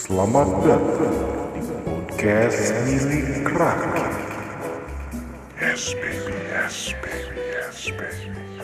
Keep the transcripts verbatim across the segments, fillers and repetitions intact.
Selamat datang di podcast milik rakyat. S B B, S B B, S B B.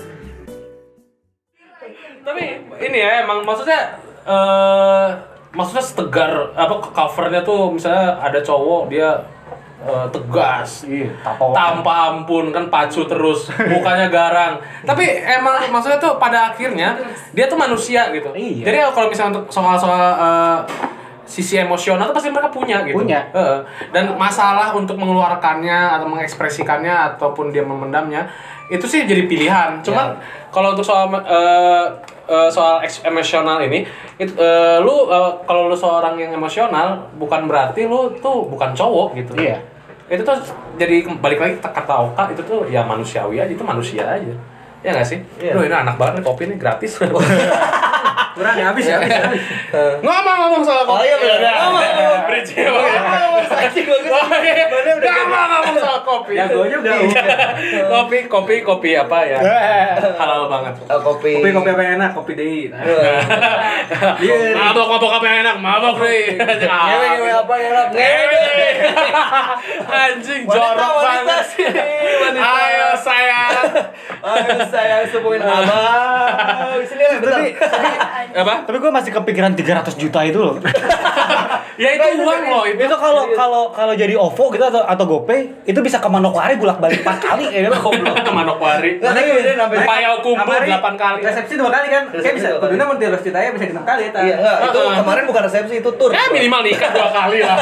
Tapi ini ya emang maksudnya uh, maksudnya setegar apa covernya tuh misalnya ada cowok dia uh, tegas, iya, tato tanpa ampun kan pacu terus, mukanya garang. Tapi emang maksudnya tuh pada akhirnya dia tuh manusia gitu. Iya. Jadi kalau misalnya untuk soal-soal uh, sisi emosional tuh pasti mereka punya gitu. Punya. Uh, dan masalah untuk mengeluarkannya atau mengekspresikannya ataupun dia memendamnya itu sih jadi pilihan. Cuman ya. Kalau untuk soal uh, uh, soal emosional ini, it, uh, lu uh, kalau lu seorang yang emosional bukan berarti lu tuh bukan cowok gitu. Iya. Itu tuh jadi balik lagi kata Oka itu tuh ya manusiawi aja, itu manusia aja. Ya nggak sih? Iya. Duh ini enak banget nih kopi nih gratis. kurang ya habis ya. Ngomong-ngomong soal kopi. Oh iya benar. Ngomong bridge ya. Ngomong saking bagus. Ngomong-ngomong soal kopi. Ya gue juga. Kopi, kopi, kopi apa ya? Halal banget. Oh, kopi. Kopi kopi apa yang enak? Kopi dei. Mabok-mabok apa yang enak? Mabok deh. Ngewe ngewe apa yang enak? Ngewe. Anjing jorok banget. Ayo sayang. Ayo sayang sepuin abang. Sini lah bentar. Apa? Tapi gue masih kepikiran tiga ratus juta itu loh. Ya itu uang loh itu. Itu kalau kalau kalau jadi O V O gitu atau atau GoPay itu bisa ke Manokwari bolak-balik empat kali ya kan. Goblok ke Manokwari. Nggak, tapi udah sampai Upaya kumpul delapan kali. Resepsi dua kali kan. Kayak bisa kuduna mau tiga ratus juta ya bisa enam kali ya. Iya enggak, itu kemarin bukan resepsi, itu tur. Ya minimal nikah dua kali lah.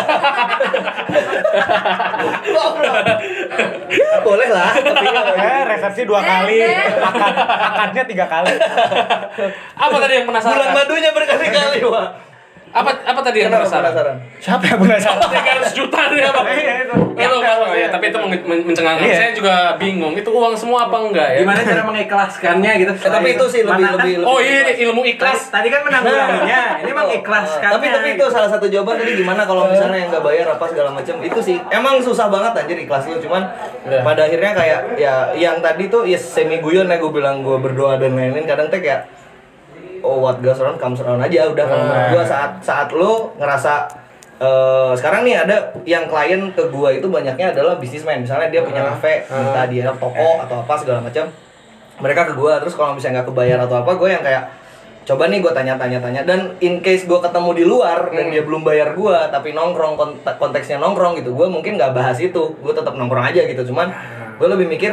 Ya boleh lah, tapi Eh, resepsi dua kali, akad akadnya tiga kali. Apa tadi yang penasaran? bulan madunya berkali-kali, Wak. Apa apa tadi yang Kenapa penasaran? penasaran? Siapa yang penasaran? tiga ratus juta nih apa? Iya, itu. Itu apa ya? Tapi itu men- men- mencengangkan. Iya. Saya juga bingung. Itu uang semua apa enggak ya? Gimana cara mengikhlaskannya gitu? Eh, tapi itu sih lebih Mana kan- lebih Oh lebih iya ikhlas. ilmu ikhlas. Tadi kan menanggulanginya, ini mengikhlaskannya. Tapi tapi itu salah satu jawaban tadi gimana kalau misalnya yang nggak bayar apa segala macam itu sih emang susah banget anjir ikhlas lu, cuman Iya. pada akhirnya kayak ya yang tadi tuh ya semi guyon ya gue bilang gue berdoa dan lain-lain, kadang teh kayak oh what goes around comes around aja udah. Kalau menurut gue saat saat lu ngerasa eh, sekarang nih ada yang klien ke gua itu banyaknya adalah bisnismen, misalnya dia punya kafe, minta dia toko atau apa segala macam, mereka ke gua, terus kalau misalnya nggak kebayar atau apa, gue yang kayak coba nih gue tanya-tanya-tanya, dan in case gue ketemu di luar dan dia belum bayar gue tapi nongkrong kont- konteksnya nongkrong gitu, gue mungkin nggak bahas itu, gue tetap nongkrong aja gitu, cuman gue lebih mikir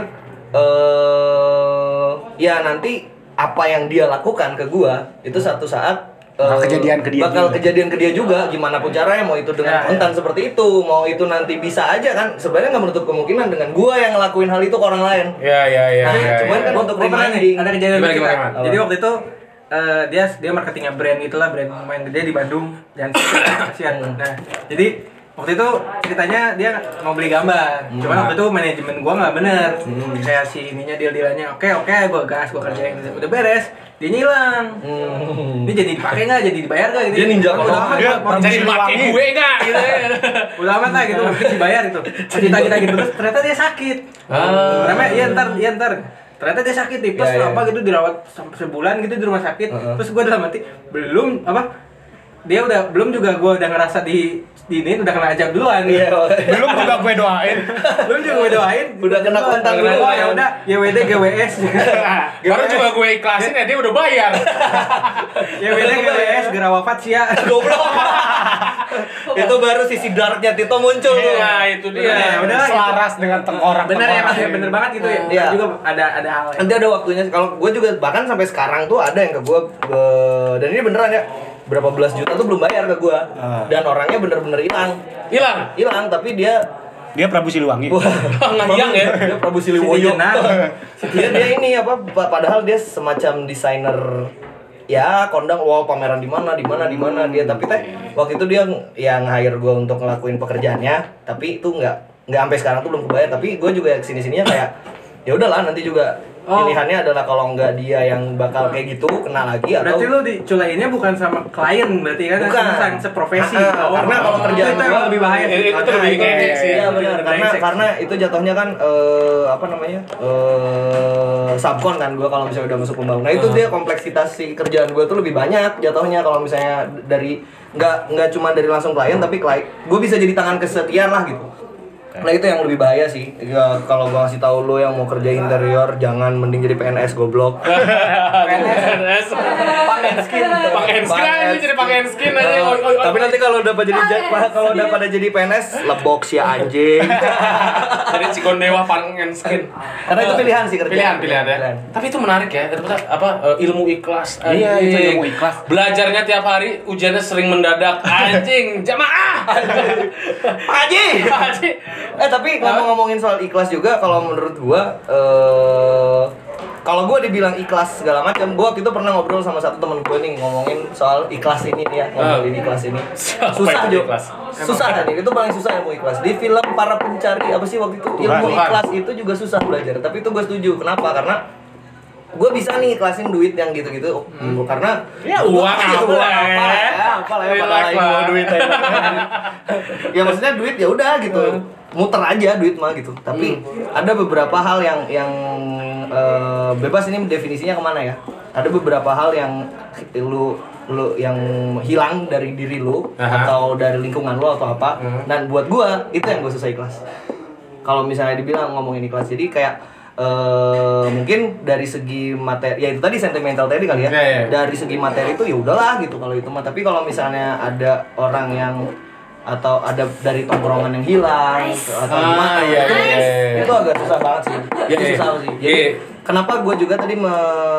eh ya nanti apa yang dia lakukan ke gue itu satu saat Bakal eh, kejadian ke dia bakal juga. kejadian ke dia juga, gimana pun caranya, mau itu dengan Ya, konten seperti itu, mau itu nanti bisa aja kan, sebenarnya nggak menutup kemungkinan dengan gue yang ngelakuin hal itu ke orang lain. Ya ya ya. Tapi ya, cuman ya. kan untuk Gua pernah nih, reminding. ada kejadian Gimana, lucu, gimana, Kak. gimana? Jadi waktu itu eh, dia dia marketingnya brand gitulah, brand lumayan gede di Bandung dan kasihan. Nah, jadi waktu itu ceritanya dia mau beli gambar, cuman waktu itu manajemen gua nggak bener, kayak si ininya deal-dealannya oke oke gua gas gua kerjain, udah beres dia hilang. Hmm. Ini jadi dipakai nggak, jadi dibayar nggak gitu? Dia ninja Udah kolong. amat, Dia gua- Jadi pakai gue enggak gitu ya. udah amat lah gitu, nggak penting dibayar itu. Cerita kita gitu terus ternyata dia sakit. Ah. Ternyata iya ntar, iya ntar. Ternyata dia sakit tipes Ya, ya. apa gitu, dirawat sampai sebulan gitu di rumah sakit. Uh-uh. Terus gue dalam hati belum apa? Dia udah belum juga gue udah ngerasa di di ini udah kena ajab duluan. Iya, Belum juga gue doain. Belum juga gue doain. Udah kena kontak dulu. duluan. Ya udah Y W D G W S. Baru juga gue ikhlasin ya dia udah bayar. Y W D G W S segera wafat sih ya. Goblok. Itu baru sisi darknya Tito muncul tuh. Iya itu dia. Ya udah lah, Selaras dengan tengkorak. Iya. Bener ya Mas, bener banget gitu ya. Iya. Juga ada ada hal. Ya. Nanti ada waktunya. Kalau gue juga bahkan sampai sekarang tuh ada yang ke gue, gue- dan ini beneran ya, berapa belas juta tuh belum bayar ke gue, dan orangnya bener-bener hilang, Hilang. hilang tapi dia Dia Prabu Siliwangi. Ngayang ya. dia Prabu Siliwoyo. Jenar. dia dia ini apa? pa- Padahal dia semacam desainer. Ya kondang, wow pameran di mana di mana di mana dia, tapi teh waktu itu dia yang hire gue untuk ngelakuin pekerjaannya, tapi itu nggak nggak sampai sekarang tuh belum kebayar, tapi gue juga kesini sininya kayak ya udahlah nanti juga Oh. Pilihannya adalah kalau nggak dia yang bakal kayak gitu kena lagi atau Berarti lu diculainnya bukan sama klien berarti kan? Bukan. Sama seprofesi. Ah, ah, karena kalau kerjaan itu, itu gua- yang lebih bahaya sih. Itu- itu Makanya lebih kayak sih. Iya benar, karena brengsek. karena itu jatuhnya kan eh, apa namanya eh subkon kan gue kalau misalnya udah masuk pembangunan. Nah itu dia kompleksitas si kerjaan gue tuh lebih banyak jatuhnya kalau misalnya dari nggak nggak cuma dari langsung klien tapi klien gue bisa jadi tangan kesekian lah gitu. Nah itu yang lebih bahaya sih. Ya, kalau gue ngasih tahu lo yang mau kerja interior jangan mending jadi P N S goblok. P N S Pakai skin. pakai skin aja jadi pakai skin aja. Eh, Oi, oi, oi. tapi nanti kalau udah jadi jet, kalau udah pada jadi P N S lebok si anjing. Jadi Cikondewa pakai skin. Karena itu pilihan sih kerjaan. Pilihan, pilihan ya. Pilihan. Tapi itu menarik ya. Itu apa eh, ilmu ikhlas. Iya, itu Anjing. ilmu ikhlas. Belajarnya tiap hari, ujiannya sering mendadak. Anjing, jamaah. Haji. Haji. Eh tapi ngomong-ngomongin soal ikhlas juga kalau menurut gua eh kalau gua dibilang ikhlas segala macam, gua waktu itu pernah ngobrol sama satu temen gua nih ngomongin soal ikhlas ini nih ya, ngobrolin ikhlas ini. Apa Susah itu Jo. ikhlas? Susah kan itu paling susah ilmu ikhlas. Di film Para Pencari apa sih waktu itu ilmu Tuhan. ikhlas itu juga susah belajar. Tapi itu gua setuju. Kenapa? Karena gue bisa nih ikhlasin duit yang gitu-gitu hmm. karena Ya, uang apa uang lah. apa lah ya apa lah ya Relax padahal lah. mau duit aja. Ya maksudnya duit ya udah gitu muter aja duit mah gitu tapi ada beberapa hal yang yang eh, bebas ini definisinya kemana ya ada beberapa hal yang lu lu yang hilang dari diri lu Aha. atau dari lingkungan lu atau apa dan buat gua itu yang gue susah ikhlas kalau misalnya dibilang ngomongin ikhlas jadi kayak Uh, mungkin dari segi materi ya itu tadi sentimental tadi kali ya Ya, ya. dari segi materi itu ya udahlah gitu kalau itu mah tapi kalau misalnya ada orang yang atau ada dari tongkrongan yang hilang atau Ah, gimana iya, itu, iya, iya. itu agak susah banget sih Iya, itu iya. susah sih jadi Iya. kenapa gue juga tadi me,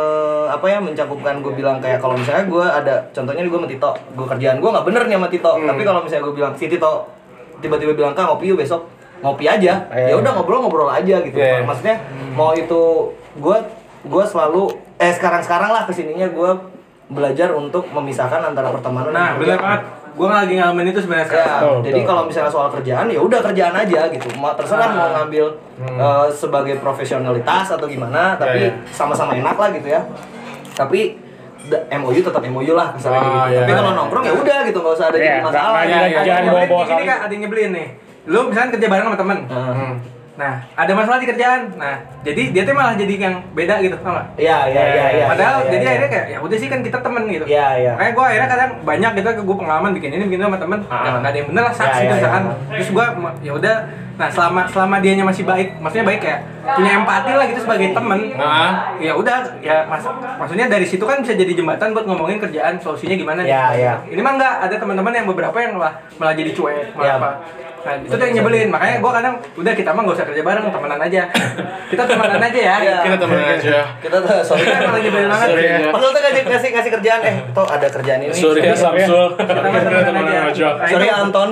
apa ya mencakupkan gue bilang kayak kalau misalnya gue ada contohnya gue sama Tito gue kerjaan gue nggak bener nih sama Tito Hmm. tapi kalau misalnya gue bilang si Tito tiba-tiba bilang kang ngopi yuk besok ngopi aja Iya. ya udah ngobrol-ngobrol aja gitu Iya. maksudnya mau itu gue gue selalu eh sekarang-sekarang lah kesininya gue belajar untuk memisahkan antara pertemanan Nah, dan bener kerjaan. banget. Gua nggak lagi ngalamin itu sebenarnya Ya, sekarang. Betul, jadi betul. kalau misalnya soal kerjaan ya udah kerjaan aja gitu. Mau terserah mau ngambil eh, sebagai profesionalitas atau gimana, tapi Ya, ya. sama-sama enak lah gitu ya. Tapi da- M O U tetap M O U lah misalnya Ah, gitu. ya. Tapi kalau nongkrong ya udah gitu nggak usah ada Iya, jadi masalah. nggak- Iya, iya, jangan iya. bawa-bawa Ini saling. kak, ada yang nyebelin nih. Lu misalnya kerja bareng sama temen. Nah, Nah, ada masalah di kerjaan. Nah, jadi dia tuh malah jadi yang beda gitu, tau nggak? Iya, iya, iya, iya. Padahal iya, jadi iya. akhirnya kayak ya udah sih kan kita temen gitu. Iya, iya. Kayak gue akhirnya kadang banyak gitu gue pengalaman bikin ini bikin itu sama temen. Ah. Ya nggak ada yang bener lah Iya, saksi iya, gitu iya. misalkan. Terus gue ya udah. Nah selama selama dianya masih baik, maksudnya baik kayak punya empati lah gitu sebagai temen. Nah. Ya udah ya mas, maksudnya dari situ kan bisa jadi jembatan buat ngomongin kerjaan solusinya gimana. Iya, gitu. iya. Ini mah enggak ada teman-teman yang beberapa yang malah malah jadi cuek, malah Iya. apa. Nah, itu tuh yang nyebelin. Makanya gue kadang udah kita mah gak usah kerja bareng, temenan aja. Kita temenan aja ya. Iya. Kita temenan aja. Kita tuh sorry Kita emang lagi nyebelin banget. Sorry ya. Padahal tuh ngasih ngasih ngasih kerjaan eh toh ada kerjaan ini. Sorry ya Samsul. Kita mah Kita temenan temenan aja. aja. Nah, Sorry itu- Anton.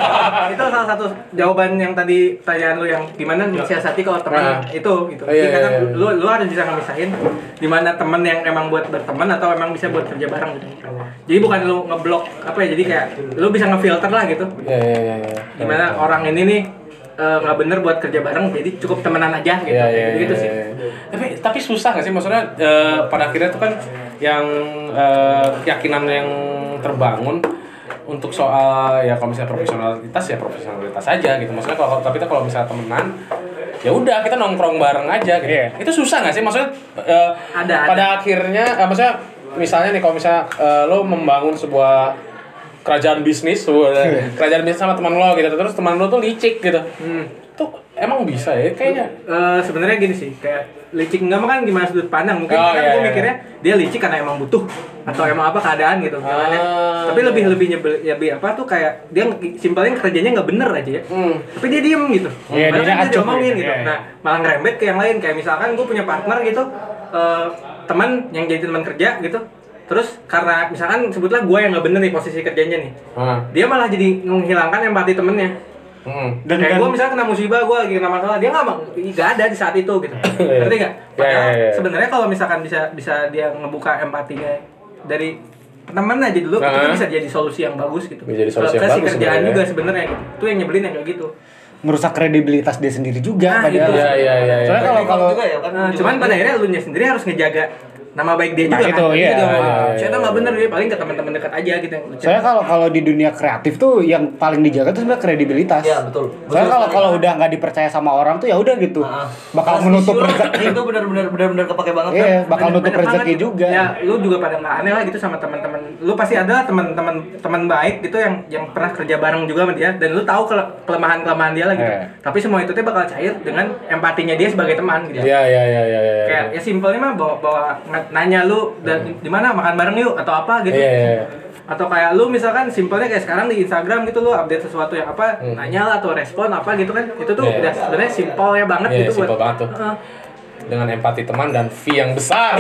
itu salah satu jawaban yang tadi pertanyaan lu yang gimana mensiasati kalau teman Nah. itu gitu. Oh, iya, Jadi kadang iya, iya. lu lu harus bisa ngemisahin di mana teman yang emang buat berteman atau emang bisa buat kerja bareng gitu. Jadi bukan lu ngeblok apa ya, jadi kayak lu bisa ngefilter lah gitu. Iya, iya, iya, iya. Gimana orang ini nih eh, nggak bener buat kerja bareng, jadi cukup temenan aja gitu. Iya, iya, gitu iya, sih. iya. Tapi tapi susah nggak sih maksudnya eh, pada akhirnya tuh kan yang eh, keyakinan yang terbangun untuk soal ya kalau misalnya profesionalitas ya profesionalitas aja gitu. Maksudnya kalau tapi kita kalau misalnya temenan ya udah kita nongkrong bareng aja gitu. Iya. Itu susah nggak sih maksudnya eh, Ada, pada ada. akhirnya eh, maksudnya misalnya nih kalau misalnya eh, lo membangun sebuah kerajaan bisnis, sebuah kerajaan bisnis sama teman lo gitu, terus teman lo tuh licik gitu. Hmm. Tuh emang bisa ya kayaknya. Eh, sebenarnya gini sih, kayak licik enggak mah kan gimana sudut pandang. Mungkin Oh, kan iya, gue iya. mikirnya dia licik karena emang butuh atau emang apa keadaan gitu misalnya. Ah, Tapi iya. lebih lebih nyebel ya lebih apa tuh kayak dia simpelnya kerjanya nggak bener aja ya. Hmm. Tapi dia diem gitu. Iya, Padahal dia kan acuh diomongin gitu, gitu. iya, iya. Nah, malah ngerembet ke yang lain kayak misalkan gue punya partner gitu eh, teman yang jadi teman kerja gitu. Terus karena misalkan sebutlah gue yang nggak bener nih posisi kerjanya nih. Ah. Dia malah jadi menghilangkan empati temennya. Hmm. Dan Kayak dan- gue misalnya kena musibah, gue lagi kena masalah, dia nggak mau, nggak ada di saat itu gitu. Iya. Ngerti nggak? Padahal Iya, iya, iya. sebenarnya kalau misalkan bisa bisa dia ngebuka empatinya dari temen aja dulu, itu Nah. bisa jadi solusi yang bagus gitu. Bisa jadi solusi yang Ke si bagus kerjaan sebenarnya. juga sebenarnya gitu. Itu yang nyebelin yang kayak gitu. merusak kredibilitas dia sendiri juga Nah, padahal. Iya iya iya. Soalnya kalau kalau juga ya kan. Nah, cuman pada akhirnya lu nya sendiri harus ngejaga nama baik dia Nah, juga itu, kan. iya, Dia iya, iya, iya. nggak bener dia paling ke teman-teman dekat aja gitu yang lu chat. Soalnya kalau kalau di dunia kreatif tuh yang paling dijaga tuh sebenarnya kredibilitas. Iya, betul. Soalnya Betul kalau sekali. kalau udah nggak dipercaya sama orang tuh ya udah gitu. Nah, bakal trust menutup issue rezeki. itu benar-benar benar-benar kepake banget kan. Iya, bakal Banyak- nutup banyak rezeki banget. juga. Ya, lu juga pada nggak aneh lah gitu sama teman-teman. Lu pasti ada teman-teman teman baik gitu yang yang pernah kerja bareng juga sama dia dan lu tahu kele- kelemahan-kelemahan dia lah gitu. Iya. Tapi semua itu tuh bakal cair dengan empatinya dia sebagai teman gitu. Iya iya iya iya. iya. Kayak ya simpelnya mah bawa bawa ng- nanya lu dan di mana makan bareng yuk atau apa gitu. Iya iya. iya. Atau kayak lu misalkan simpelnya kayak sekarang di Instagram gitu lu update sesuatu yang apa nanya lah atau respon apa gitu kan. Itu tuh Iya. udah sebenarnya simpel ya banget Iya, gitu simpel banget tuh. Heeh. Dengan empati teman dan fee yang besar.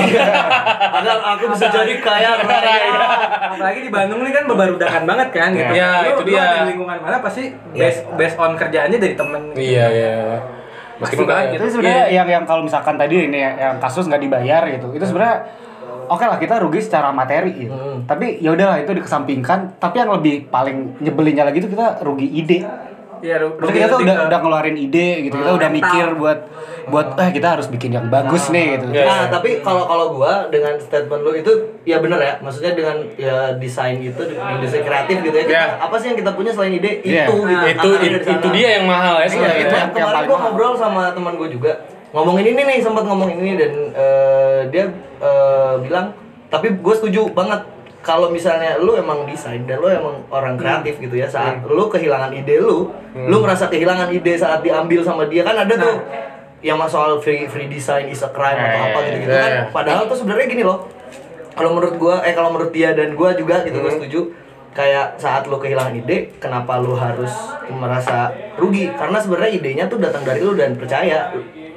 Agar aku bisa jadi kaya raya. Apalagi di Bandung ini kan bebarudakan banget kan gitu. Iya, Lu- itu lu dia. ada di lingkungan mana pasti based based on kerjaannya dari temen. Iya iya. Meskipun Pasti banget kayak- gitu. Itu sebenarnya Iya. yang yang kalau misalkan tadi ini ya, yang kasus nggak dibayar gitu. Itu sebenarnya oke lah kita rugi secara materi gitu. Tapi ya udahlah itu dikesampingkan. Tapi yang lebih paling nyebelinnya lagi itu kita rugi ide. Iya, ru- Maksudnya kita tuh lebih udah ke- udah ngeluarin ide gitu. Kita udah mental. mikir buat buat eh kita harus bikin yang bagus nih gitu. Iya. Nah, tapi kalau kalau gua dengan statement lu itu ya bener ya. Maksudnya dengan ya desain itu, dengan desain kreatif gitu ya. Kita, Iya. apa sih yang kita punya selain ide? Iya. Itu gitu. itu Akarnya itu, dari sana. itu dia yang mahal ya Iya, sebenarnya. itu yang- yang yang kemarin paling gue mahal. ngobrol sama teman gue juga ngomongin ini nih, sempat ngomongin ini dan eh, dia eh, bilang tapi gue setuju banget kalau misalnya lu emang desain dan lu emang orang kreatif gitu ya, saat lu kehilangan ide lu, lu ngerasa kehilangan ide saat diambil sama dia, kan ada tuh yang soal free free design is a crime atau apa gitu-gitu Iya, kan. iya. Padahal tuh sebenarnya gini loh. Kalau menurut gua eh kalau menurut dia dan gua juga gitu gue setuju. Kayak saat lu kehilangan ide, kenapa lu harus merasa rugi? Karena sebenarnya idenya tuh datang dari lu dan percaya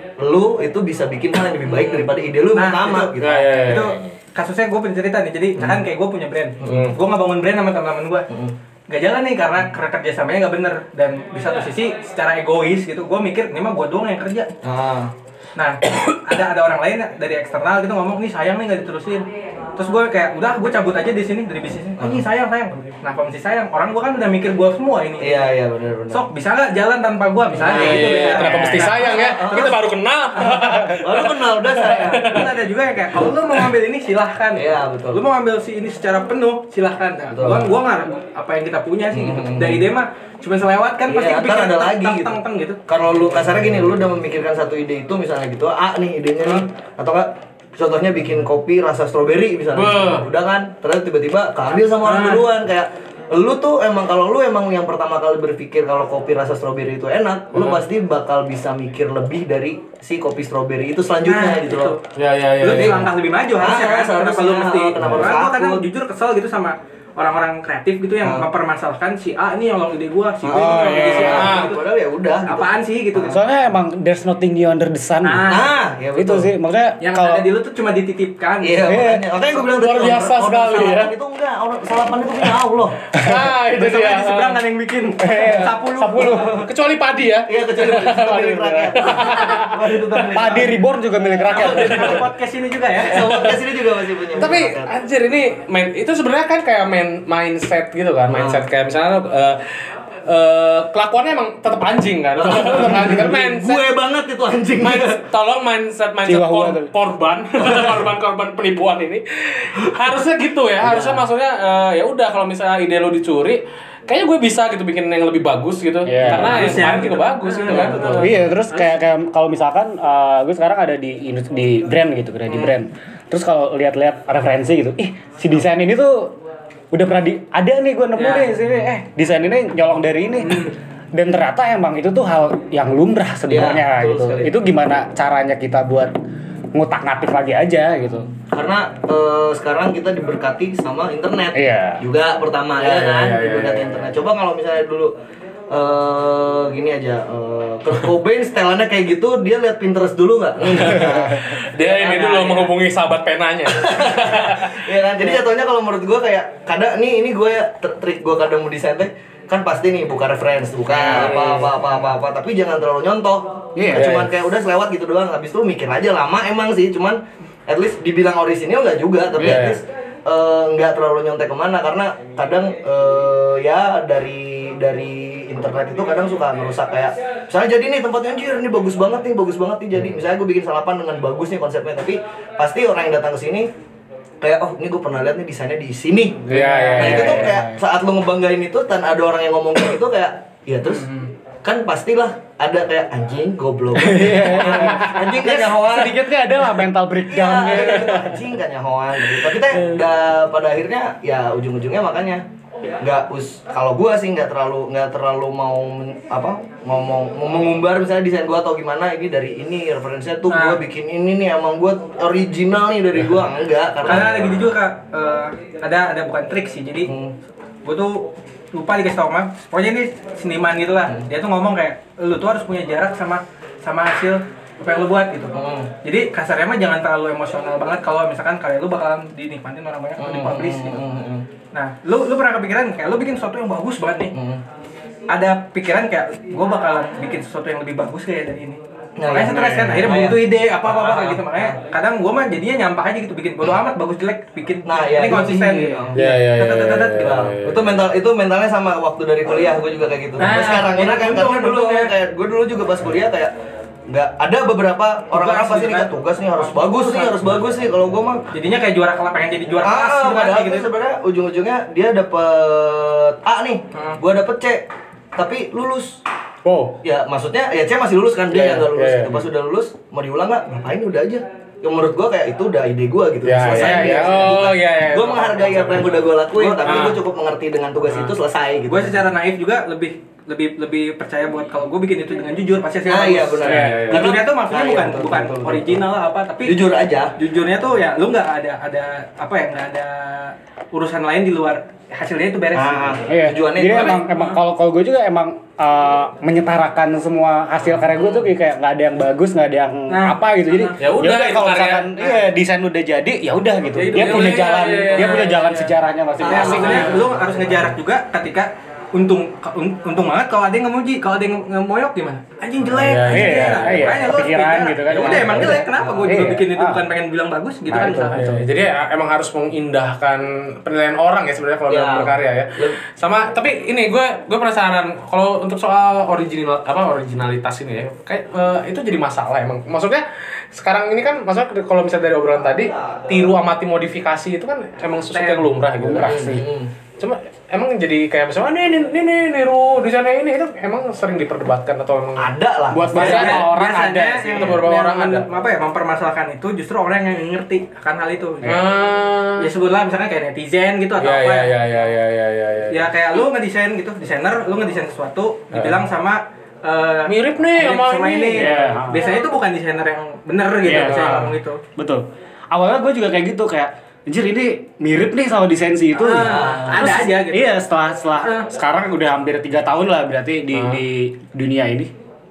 lu itu bisa bikin hal yang lebih baik daripada ide lu Nah, pertama itu- gitu. Iya, iya, iya. Itu kasusnya gue punya cerita nih. Jadi misalkan kayak gue punya brand, gue nggak bangun brand sama teman-teman gue. Gak jalan nih karena karena kerjasamanya nggak bener, dan di satu sisi secara egois gitu gue mikir ini mah gue doang yang kerja. Ah. Nah, ada ada orang lain dari eksternal gitu ngomong, nih sayang nih nggak diterusin. Terus gue kayak udah gue cabut aja di sini dari bisnis ini. Oh, ini sayang sayang. Nah, kalau masih sayang, orang gue kan udah mikir gue semua ini. Iya iya benar benar. Sok bisa nggak jalan tanpa gue misalnya Iya, kayak gitu. iya, ya. kenapa mesti sayang ya? Kita baru kenal. Baru kenal udah saya. Terus ada juga yang kayak kalau lu mau ngambil ini silahkan. Iya, betul. Lu mau ngambil si ini secara penuh silahkan. Nah, Betul. gua gua nggak apa yang kita punya sih gitu. Dan ide mah cuma selewat kan pasti Iya, ntar kepikiran ada teng, lagi teng, gitu. teng, teng gitu. Kalau lu kasarnya gini, lu udah memikirkan satu ide itu misalnya gitu, A nih idenya nih, atau enggak contohnya bikin kopi rasa stroberi misalnya. Beuh. Udah kan, terus tiba-tiba keambil sama orang Nah. duluan kayak lu tuh emang kalau lu emang yang pertama kali berpikir kalau kopi rasa stroberi itu enak, lu pasti bakal bisa mikir lebih dari si kopi stroberi itu selanjutnya Nah, gitu itu. loh. Ya ya ya. Lu ya. selangkah lebih maju harusnya Ah, kan. Kenapa seharusnya. lu mesti? Kenapa harus Karena gua kadang takut? jujur kesel gitu sama orang-orang kreatif gitu yang mempermasalahkan si A ini yang ide gua, si B Oh, ini yang ide si A iya. gitu. Padahal ya udah gitu. Apaan sih gitu. Soalnya emang there's nothing new under the sun. Nah, Nah, ya itu betul. sih maksudnya yang kalau ada di lu tuh cuma dititipkan. Iya, Iya. makanya. Makanya gue bilang Luar tadi, biasa orang- sekali orang ya. salapan itu enggak, orang salapan itu punya Allah. Nah, itu Besoknya dia. di seberang kan yang bikin sepuluh. sepuluh. Kecuali padi ya. Iya, kecuali itu milik rakyat. Padi itu milik Padi Reborn juga milik rakyat. Sama podcast ini juga ya. Sama podcast ini juga masih punya. Tapi milik rakyat. anjir ini main itu sebenarnya kan kayak main mindset gitu kan, mindset kayak misalnya eh eh, kelakuannya emang tetap anjing kan, tetap anjing kan mindset. gue banget itu anjing. Main, tolong mindset mindset Chihuahua kor- tuh. korban korban korban penipuan ini harusnya gitu ya, harusnya maksudnya eh, ya udah kalau misalnya ide lo dicuri kayaknya gue bisa gitu bikin yang lebih bagus gitu, Iya. karena yang Harusnya lain gitu. juga bagus gitu kan. Iya, terus kayak kayak kalau misalkan eh, gue sekarang ada di indus- di brand gitu, kerja di brand. Terus kalau lihat-lihat referensi gitu, ih si desain ini tuh udah pernah di ada nih gue nemu Ya. nih sini, eh desain ini nyolong dari ini. Dan ternyata emang itu tuh hal yang lumrah sebenarnya Iya, betul gitu. sekali. Itu gimana caranya kita buat ngutak-ngatik lagi aja gitu. Karena eh, sekarang kita diberkati sama internet. Iya. Juga pertama Iya, ya iya, kan, iya, diberkati iya. internet. Coba kalau misalnya dulu eh gini aja, eh Kurt Cobain setelannya kayak gitu, dia lihat Pinterest dulu nggak? Dia ini dulu menghubungi sahabat penanya. Iya kan, jadi jatuhnya kalau menurut gue kayak kadang nih ini gue ya tr- trik gue kadang mau desain teh kan pasti nih buka reference, buka apa apa apa apa apa, tapi jangan terlalu nyontoh. Iya, Nah, cuman iya. kayak udah selewat gitu doang, habis itu mikir aja lama emang sih, cuman at least dibilang orisinil nggak juga, tapi Iya. at least eh, nggak terlalu nyontek kemana karena kadang eh, ya dari dari internet itu kadang suka ngerusak kayak misalnya jadi nih tempatnya anjir ini bagus banget nih bagus banget nih jadi misalnya gue bikin salapan dengan bagus nih konsepnya tapi pasti orang yang datang ke sini kayak oh ini gue pernah lihat nih desainnya di sini. Iya, iya, Nah iya, itu tuh iya, kayak iya. saat lu ngebanggain itu dan ada orang yang ngomong kayak gitu kayak ya terus kan pastilah ada kayak anjing goblok. Anjing kan nyahoan. Sedikitnya ada lah mental breakdown Iya, gitu. gitu. Anjing kan nyahoan gitu. Tapi kita nggak pada akhirnya ya ujung-ujungnya makanya nggak us kalau gua sih nggak terlalu nggak terlalu mau men- apa ngomong mau mengumbar misalnya desain gua atau gimana ini dari ini referensinya tuh gua bikin ini nih emang gua original nih dari gua enggak Karena karena ada gitu juga Kak, eh, ada ada bukan trik sih. Jadi Hmm. gue tuh lupa dikasih tau sama, pokoknya ini seniman gitu lah. Dia tuh ngomong kayak lu tuh harus punya jarak sama sama hasil apa yang lu buat gitu. Hmm. Jadi kasarnya mah jangan terlalu emosional banget kalau misalkan karya lu bakalan dinikmatin orang banyak atau dipublish gitu. Hmm. Nah, lu lu pernah kepikiran kayak lu bikin sesuatu yang bagus banget nih. Hmm. Ada pikiran kayak gue bakalan bikin sesuatu yang lebih bagus kayak dari ini. Nah, Makanya iya. stres kan, akhirnya Nah, buntu iya. ide apa-apa kayak gitu. Makanya kadang gue mah jadinya nyampah aja gitu, bikin bodo amat bagus jelek bikin. Nah, iya, ini iya. konsisten gitu. Iya, iya, iya, Tet-tet-tet iya, gitu. iya. Nah, itu mental itu mentalnya sama waktu dari kuliah gue juga kayak gitu. Nah, Sampai sekarang ini iya, kan betul, karena dulu betul. kayak gue dulu juga pas kuliah kayak nggak ada beberapa orang-orang pasti gitu nih kan. tugas nih harus bagus nih harus bagus nih kalau gue mah Jadinya kayak juara kelas, pengen jadi juara kelas ah gitu kan, padahal kayak gitu gitu. sebenarnya ujung-ujungnya dia dapet A nih Hmm. gue dapet C tapi lulus Oh. ya maksudnya ya C masih lulus kan dia Iya, yang nggak lulus iya, gitu iya. pas udah lulus mau diulang nggak ngapain udah aja yang menurut gue kayak itu udah ide gue gitu Ya, selesai ya, dia. ya. Oh, iya, iya. Gue menghargai apa yang udah gue lakuin Gua- tapi ah. gue cukup mengerti dengan tugas itu selesai gitu Gue secara naif juga lebih lebih lebih percaya buat kalau gue bikin itu dengan jujur pasti hasilnya ah bagus. iya benar Iya, iya, iya. Jujurnya tuh maksudnya Ah, iya, bukan betul, bukan betul, betul. original lah apa, tapi jujur aja jujurnya tuh ya lu nggak ada ada apa ya nggak ada urusan lain di luar hasilnya itu beres. Ah, Iya. tujuannya Jadi itu emang emang kalau kalau gue juga emang uh, menyetarakan semua hasil karya gue tuh kayak nggak ada yang bagus nggak ada yang Nah, apa gitu. Jadi ya udah, itu kalau karya. misalkan iya desain udah jadi ya udah gitu. Ya, itu dia dia punya udah, jalan iya, iya, dia punya iya, jalan iya. sejarahnya Nah, masing-masing. maksudnya lu harus ngejarak juga ketika untung un- untung banget kalau ada yang ngemuji, kalau ada yang ngemoyok gimana? Anjing jelek, Iya, anjing iya, jelek. iya, Makanya lu harus pikiran ngejarak. gitu kan. Ya udah emang jelek, kenapa gue juga Iya. bikin itu Ah. bukan pengen bilang bagus gitu Nah, kan? itu. misalnya. Iya, jadi ya, emang harus mengindahkan penilaian orang ya sebenarnya kalau Ya. dalam berkarya ya. Sama tapi ini gue gue penasaran kalau untuk soal original apa originalitas ini ya, kayak eh, itu jadi masalah emang. Maksudnya sekarang ini kan maksudnya kalau misalnya dari obrolan tadi tiru amati modifikasi itu kan emang sesuatu yang lumrah gitu. Lumrah sih. Cuma emang jadi kayak misalnya nih nih nih, nih niru desainnya ini itu emang sering diperdebatkan atau emang ada lah Buat pasti beberapa ada. orang biasanya ada yang, sih. Untuk beberapa yang orang ada. men- apa ya mempermasalahkan itu justru orang yang ngerti akan hal itu. Ah. Ya sebutlah misalnya kayak netizen gitu atau Ya apa. ya ya ya ya ya ya ya. Ya kayak lu ngedesain gitu, desainer, lu ngedesain sesuatu, dibilang sama eh, Mirip nih mirip sama ini. Iya. Biasanya itu bukan desainer yang bener gitu, Iya. misalnya ngomong gitu. Betul. Awalnya gue juga kayak gitu kayak anjir ini mirip nih sama desain si itu. Ah, ada aja gitu. Iya, setelah setelah Ah. sekarang udah hampir tiga tahun lah berarti di di dunia ini.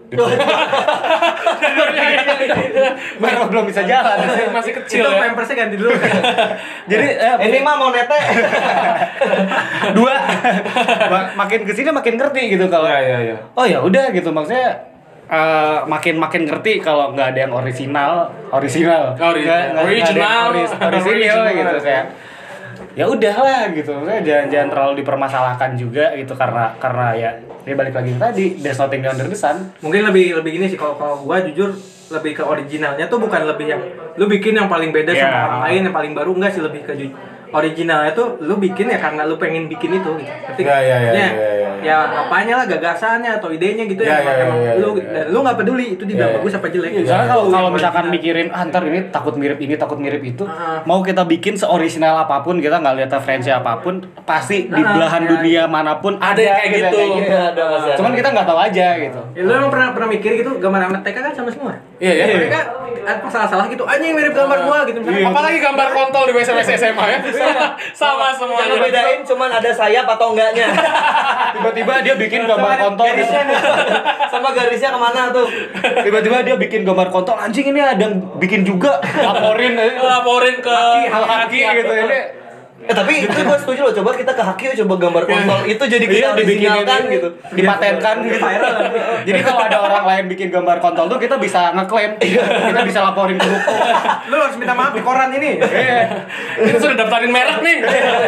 Baru belum bisa jalan. Masih, masih kecil Itu ya. pampersnya ganti dulu. Jadi eh, ini mah mau nete dua Ma- makin kesini makin ngerti gitu kalau Iya, iya, iya. oh ya udah gitu maksudnya eh, makin makin ngerti kalau nggak ada yang original original Ori- Nggak- nggak- nggak ada yang original. oris- orisinil Original. gitu kayak ya udahlah gitu maksudnya jangan jangan terlalu dipermasalahkan juga gitu karena karena ya ini balik lagi ke tadi there's nothing under the sun. Mungkin lebih lebih gini sih kalau kalau gua jujur lebih ke originalnya tuh bukan lebih yang lu bikin yang paling beda Iya. sama orang lain yang paling baru, enggak sih, lebih ke ju- originalnya tuh lu bikin ya karena lu pengen bikin itu gitu. Ngerti Iya, nggak? iya, iya, Maksudnya, iya, iya. ya apanya lah gagasannya atau idenya gitu Iya, ya iya, emang iya, lu iya, iya. dan lu nggak peduli itu dibilang Iya, bagus apa jelek. gitu. Soalnya kalau Lu kalau yang misalkan original. mikirin ah, ntar ini takut mirip ini takut mirip itu, Ah. mau kita bikin seorisinal apapun kita nggak lihat referensi apapun pasti di Ah, belahan iya. dunia manapun Ada yang kayak gitu. Iya, ada masih ada. Cuman kita nggak tahu aja gitu. Ya, lu emang pernah pernah mikir gitu gambar anak T K kan sama semua. Iya, iya. Mereka ada salah-salah gitu. Anjing mirip gambar gua gitu misalnya. Apalagi gambar kontol di S M S S M A ya. Sama, sama semuanya. yang ngebedain cuman ada sayap atau enggaknya Tiba-tiba dia bikin gambar kontol gitu. sama garisnya kemana tuh Tiba-tiba dia bikin gambar kontol anjing ini ada yang bikin juga laporin aja. Laporin ke hal haki gitu ini Eh tapi itu gue setuju loh, coba kita ke Hakio coba gambar kontol itu jadi kita Iya, dibikinin originalkan ini, gitu. dipatenkan gitu. Jadi kalau ada orang lain bikin gambar kontol tuh kita bisa ngeklaim, kita bisa laporin ke hukum. Lu harus minta maaf di koran ini. Kita sudah daftarin merek nih.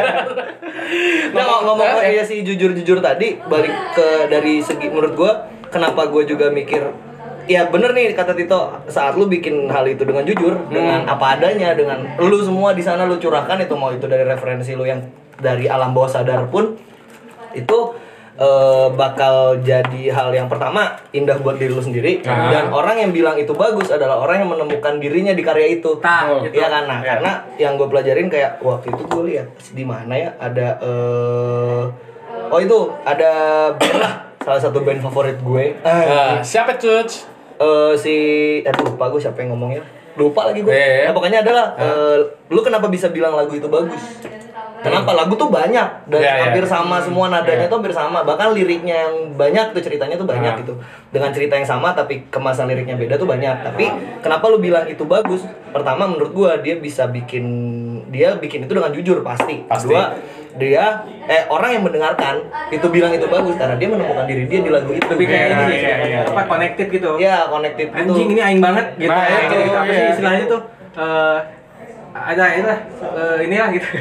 Nah, ngomong ya si jujur-jujur tadi balik ke dari segi menurut gue kenapa gue juga mikir ya bener nih kata Tito, saat lu bikin hal itu dengan jujur, hmm. dengan apa adanya, dengan lu semua di sana lu curahkan, itu mau itu dari referensi lu yang dari alam bawah sadar pun itu uh, bakal jadi hal yang pertama indah buat diri lu sendiri, ah. dan orang yang bilang itu bagus adalah orang yang menemukan dirinya di karya itu. Nah, gitu. Ya kan, nah, ya. Karena yang gue pelajarin kayak waktu itu gue lihat di mana ya ada uh, oh itu ada band lah, salah satu band favorit gue. Uh, siapa Cuc? Uh, si aduh lupa gue siapa yang ngomongnya, lupa lagi gue. Yeah. Nah, pokoknya adalah uh, lu kenapa bisa bilang lagu itu bagus? Kenapa lagu tuh banyak dan yeah, hampir yeah. sama semua nadanya yeah. tuh hampir sama, bahkan liriknya yang banyak tuh ceritanya tuh banyak gitu, dengan cerita yang sama tapi kemasan liriknya beda tuh banyak. Tapi kenapa lu bilang itu bagus? Pertama menurut gua dia bisa bikin dia bikin itu dengan jujur pasti. Pasti. Kedua dia eh orang yang mendengarkan itu bilang itu bagus karena dia menemukan diri dia di lagu itu. Lebih kayak yeah, ini yeah, kayak yeah, apa connected gitu. Iya, connected gitu. Anjing ini aing banget gitu. Nah, Kayak itu, gitu. Apa sih iya. istilahnya tuh eh ada inilah uh, inilah gitu.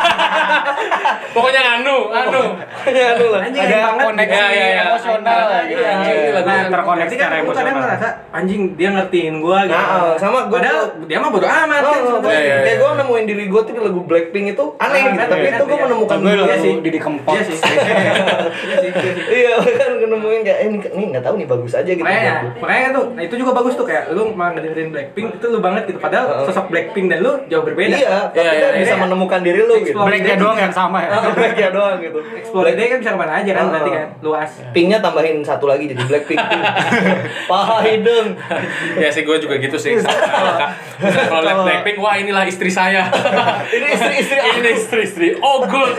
Pokoknya anu, anu. Ya anu lah. Anjing Ada banget. koneksi Ya, ya, ya. emosional lah gitu. Iya, Anjing iya. lagu Nah, terkoneksi tapi kan secara gua kadang emosional. ngerasa anjing dia ngertiin gua gitu. Nah, sama gua Padahal tuh- dia mah bodo amat Oh, kan oh, sebenarnya. iya, iya. kayak gue nemuin diri gue tuh di lagu Blackpink itu aneh Ah, gitu, kan, tapi iya, itu gue iya. menemukan Gue diri lagu sih. Didi Kempot. Iya sih. Iya sih, iya sih. iya kan nemuin kayak eh, ini ini nggak tahu nih bagus aja gitu. Makanya, makanya tuh, nah itu juga bagus tuh kayak lu mau ngedengerin Blackpink itu lu banget gitu. Padahal sosok Blackpink dan lu jauh berbeda. Iya, tapi Iya, kan iya, bisa iya. menemukan diri lu gitu. Explore. Blacknya doang yang sama ya. Ah, Blacknya doang gitu. Explore day kan bisa kemana aja kan Oh. berarti kan luas. Pinknya tambahin satu lagi jadi Blackpink. Paha hidung. Ya sih gue juga gitu sih. Misalnya kalau lihat Blackpink, wah inilah istri saya. Ini istri-istri aku. Ini istri-istri. Oh good.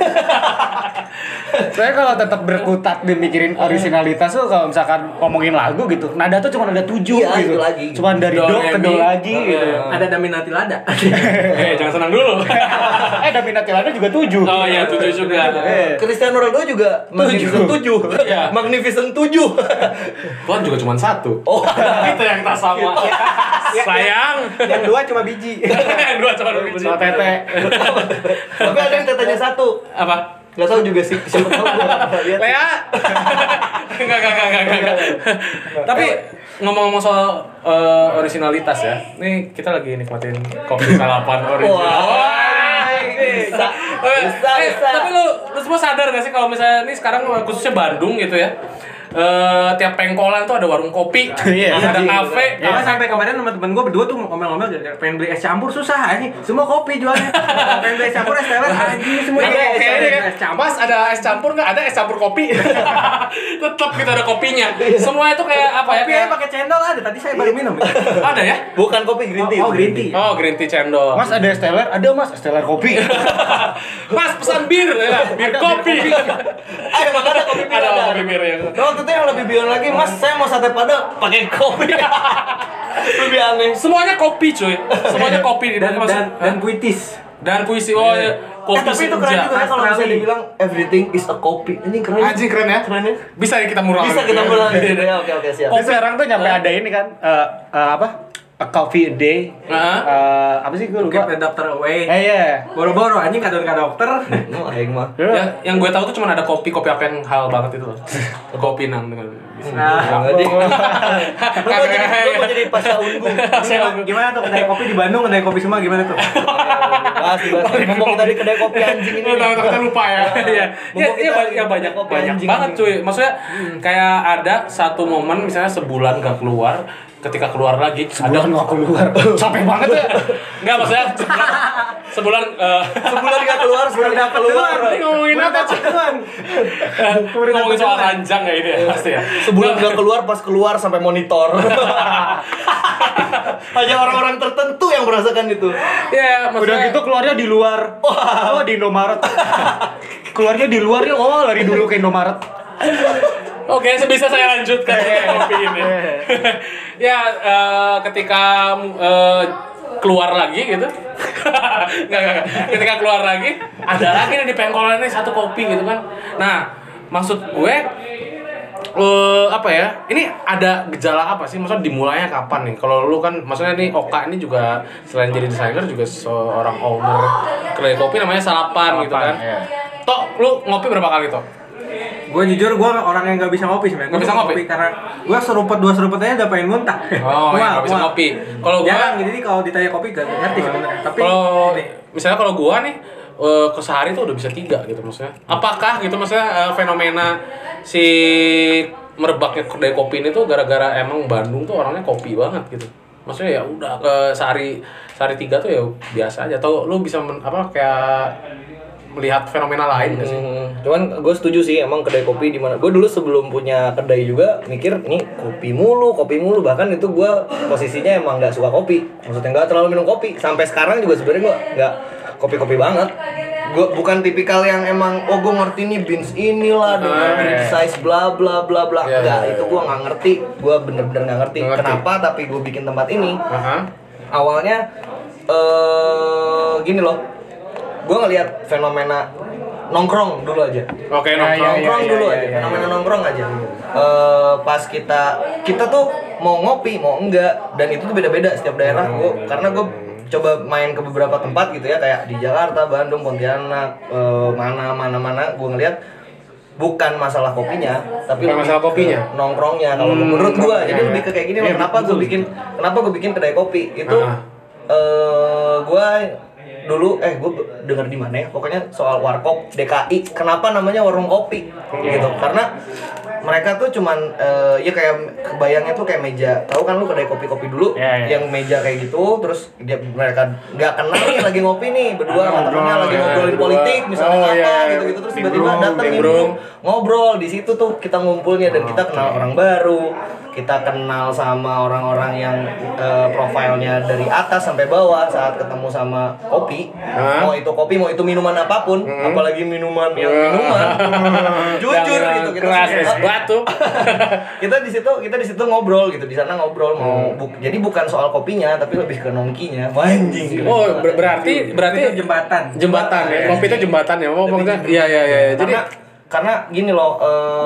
Saya kalau tetap berkutat dan mikirin originalitas tuh kalau misalkan ngomongin lagu gitu, nada tuh cuma ada tujuh Iya, gitu. itu lagi. Cuma dari Do, do re, ke do mi. lagi gitu. Ada Daminati Lada. Eh jangan senang dulu. Eh Daminati Lada juga tujuh. Oh iya tujuh juga. Eh. Cristiano Ronaldo juga Magnificent tujuh. Iya. Magnificent tujuh. Tuhan juga cuma satu. Oh. Kita yang tak sama. Sayang. Yang dua cuma biji. Yang dua cuma biji. Sama tete. Tapi ada yang tetenya satu. Apa? Gak tahu juga sih, siapa tahu gua lihat. Lea. Enggak, enggak, enggak, enggak, enggak. Tapi ngomong-ngomong soal uh, originalitas ya. Nih kita lagi nikmatin kopi sarapan original. Wah. Bisa. Bisa, Eh, bisa. tapi lu, lu semua sadar gak sih kalau misalnya nih sekarang khususnya Bandung gitu ya. Eh, tiap pengkolan tuh ada warung kopi, Iya, ada iya, kafe. Karena sampai kemarin sama temen gue berdua tuh ngomel-ngomel pengen beli es campur susah anjing. Semua kopi jualnya. Pengen beli es campur es teler anjing semua Iya, ini oke, es ini kan. es campur. Mas ada es campur nggak? Ada es campur kopi. Tetap kita ada kopinya. Semua itu kayak apa ya? Kopi aja Kayak, pakai cendol ada tadi saya baru minum. ada ya? Bukan kopi green tea. Oh, green tea. Oh, green tea cendol. Mas ada es teler? Ada mas, es teler kopi. Mas pesan bir, ya, bir kopi. Ayo emang ada kopi bir Ada ada. kopi bir ya. Nah, waktu itu yang lebih bion lagi, Mas, saya mau sate padang pakai kopi. Lebih aneh. Semuanya kopi, cuy. Semuanya kopi Dan Maksud- dan dan puitis. dan puisi. Oh, ya. Kopi Eh, tapi itu keren senja. juga ya kalau bisa dibilang everything is a coffee. Ini keren. Anjing keren ya. Keren ya. Bisa ya kita murah. Bisa kita mulai. Ya, oke oke siap. Tapi sekarang tuh nyampe ada ini kan, eh, eh, apa? A coffee a day. Heeh. Eh, apa sih gue Keep lupa. the doctor away. Eh iya. Boro-boro anjing kadon ka dokter. Oh, aing mah. Ya, yang gue tahu tuh cuma ada kopi, kopi apa yang hal banget itu loh. Kopi nang dengan Nah, Jadi gue mau jadi gue mau jadi pasca ungu. gimana, gimana tuh kedai kopi di Bandung, kedai kopi semua gimana tuh? Pasti pasti. Ngomong tadi kedai kopi anjing ini. Lu tahu kita lupa ya. Iya. Ya, Mumpung ya, kita ya banyak kopi banyak anjing banget ini. cuy. Maksudnya kayak ada satu momen misalnya sebulan gak keluar, ketika keluar lagi Sebulan nggak keluar. Capek banget ya. Enggak maksudnya sebulan sebulan eh, Sebulan gak keluar, sebulan gak keluar. ini ngomongin apa cuy? Ngomongin soal ranjang ya ini ya pasti ya. Sebulan gak keluar, pas keluar sampai monitor. Hanya orang-orang tertentu yang merasakan itu. Ya, Udah maksudnya gitu keluarnya di luar. Oh di Indomaret. Keluarnya di luar ya. Oh lari dulu ke Indomaret. Oke, sebisa saya lanjutkan ya, kopi ini. ya, eh, ketika eh, keluar lagi gitu, Nggak, nggak, nggak. Ketika keluar lagi, ada lagi nih di pengkolan nih satu kopi gitu kan. Nah, maksud gue uh, apa ya? Ini ada gejala apa sih? Maksudnya dimulainya kapan nih? Kalau lu kan, maksudnya nih Oka ini juga selain jadi desainer juga seorang owner kedai kopi namanya Salapan, gitu kan. Iya. Tok, lu ngopi berapa kali Tok? Gue jujur gue orang yang nggak bisa ngopi sebenarnya. Nggak bisa ngopi? Karena gue seruput dua seruput aja udah pengen muntah. Oh, ya, nggak bisa mual. ngopi. Kalau gua, Jarang, jadi kalau ditanya kopi gak ngerti sebenarnya. Tapi kalau ini, misalnya kalau gua nih uh, ke sehari tuh udah bisa tiga gitu maksudnya. Apakah gitu maksudnya uh, fenomena si merebaknya kedai kopi ini tuh gara-gara emang Bandung tuh orangnya kopi banget gitu. Maksudnya ya udah ke sehari sehari tiga tuh ya biasa aja. Atau lu bisa men, apa kayak melihat fenomena lain nggak sih? Hmm, cuman gue setuju sih emang kedai kopi di mana gue dulu sebelum punya kedai juga mikir nih kopi mulu kopi mulu bahkan itu gue posisinya emang nggak suka kopi, maksudnya nggak terlalu minum kopi sampai sekarang juga sebenarnya gue nggak kopi kopi banget. Gue bukan tipikal yang emang oh gue ngerti nih beans inilah dengan bean size bla bla bla bla Ya, enggak, ya, ya. itu gue nggak ngerti, gue bener-bener nggak ngerti. Nggak ngerti. Kenapa tapi gue bikin tempat ini Aha. awalnya eh gini loh, gue ngelihat fenomena nongkrong dulu aja. Oke, Ya, nongkrong. ya, Nongkrong ya, dulu ya, aja, ya, fenomena nongkrong aja. Eh, pas kita kita tuh mau ngopi mau enggak, dan itu tuh beda-beda setiap daerah. Gue karena gue coba main ke beberapa tempat gitu ya, kayak di Jakarta, Bandung, Pontianak, eh, mana mana mana, gue ngeliat bukan masalah kopinya, tapi Bukan lebih masalah kopinya? ke nongkrongnya kalau Hmm, menurut gue. Jadi nongkrongnya, lebih ke kayak gini loh. Iya, Kenapa gue betul. bikin kenapa gue bikin kedai kopi itu? Ah. eh gue dulu eh gue dengar di mana ya, pokoknya soal warkop D K I, kenapa namanya warung kopi gitu, karena mereka tuh cuman eh, ya kayak kebayangnya tuh kayak meja, tahu kan lu kedai kopi-kopi dulu Ya, ya. yang meja kayak gitu, terus dia mereka nggak kenal nih lagi ngopi nih berdua sama temennya lagi ya, ngobrolin berdua. politik misalnya Oh, apa ya. gitu-gitu, terus tiba-tiba Nimbrung, datang nimbrung. ngobrol di situ tuh kita ngumpulnya, dan kita kenal orang baru, kita kenal sama orang-orang yang eh, profilnya dari atas sampai bawah saat ketemu sama kopi. Hah? Mau itu kopi mau itu minuman apapun, apalagi minuman yang minuman jujur Yang gitu kita keras sih- es batu. kita di situ kita di situ ngobrol gitu, di sana ngobrol mau bu- jadi bukan soal kopinya tapi lebih ke nongkinya. Wah, anjing. Oh, ber- berarti berarti itu jembatan. jembatan ya. Kopi itu jembatan ya. Mau maksudnya iya iya iya. Jadi karena karena gini loh,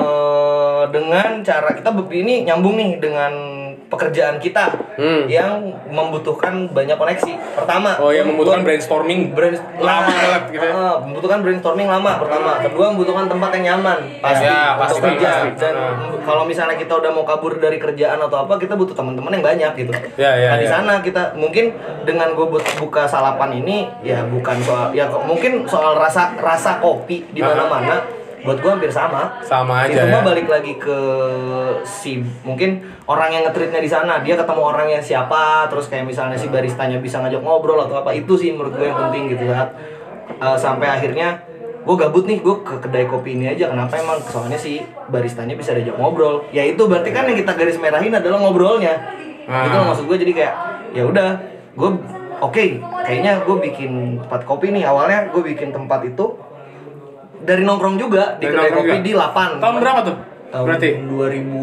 eh, dengan cara kita be- ini nyambung nih dengan pekerjaan kita Hmm. yang membutuhkan banyak koneksi. Pertama, oh ya membutuhkan gua- brainstorming brain lama banget gitu ya. Eh, membutuhkan brainstorming lama pertama. Kedua, membutuhkan tempat yang nyaman pasti Ya, untuk pasti, kerja. pasti. Dan Nah. kalau misalnya kita udah mau kabur dari kerjaan atau apa, kita butuh teman-teman yang banyak gitu. Ya, ya, nah di ya. sana kita mungkin dengan gue buka Salapan ini ya bukan soal ya kok- mungkin soal rasa rasa kopi di Aha. mana-mana. Buat gue hampir sama. Sama aja Itu mah ya. balik lagi ke si mungkin orang yang nge-treatnya di sana, dia ketemu orang yang siapa, terus kayak misalnya si baristanya bisa ngajak ngobrol atau apa, itu sih menurut gue yang penting gitu saat uh, sampai akhirnya gue gabut nih, gue ke kedai kopi ini aja. Kenapa? Emang soalnya si baristanya bisa diajak ngobrol. Ya itu berarti kan yang kita garis merahin adalah ngobrolnya. Ah. Itu loh maksud gue. Jadi kayak ya udah, gue oke, kayaknya gue bikin tempat kopi nih. Awalnya gue bikin tempat itu dari nongkrong juga di Dari kedai nongkrong kopi juga? di Lapan. Tahun berapa tuh? Tahun Berarti dua ribu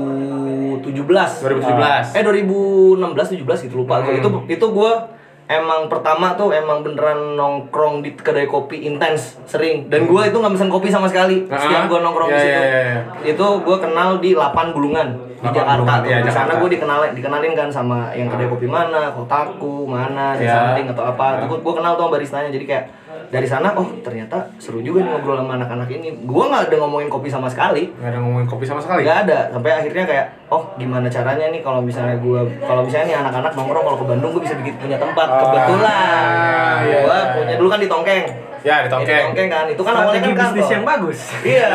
tujuh belas. dua ribu tujuh belas. Eh dua ribu enam belas tujuh belas gitu lupa gue. Hmm. Itu itu gue emang pertama tuh emang beneran nongkrong di kedai kopi intens sering, dan gue itu nggak mesen kopi sama sekali. Ah, Setiap gue nongkrong ya, di situ ya, ya, ya. itu gue kenal di Lapan Bulungan di Lapan Jakarta Bulungan, tuh. iya, Di sana Jakarta. gue dikenalin dikenalin kan sama yang kedai kopi mana, Kotaku mana, di Ya. samping atau apa. Itu gue kenal tuh sama baristanya. Jadi kayak dari sana, oh ternyata seru juga nih ngobrol sama anak-anak ini. Gue nggak ada ngomongin kopi sama sekali. nggak ada ngomongin kopi sama sekali. Nggak ada, sampai akhirnya kayak oh gimana caranya nih kalau misalnya gue kalau misalnya nih anak-anak nongkrong kalau ke Bandung gue bisa bikin punya tempat. Ah, Kebetulan iya, gue iya, punya iya. dulu kan di Tongkeng. Ya di Tongkeng. Di Tongkeng kan, itu kan awalnya Strategi kan bisnis kantor. yang bagus. Iya.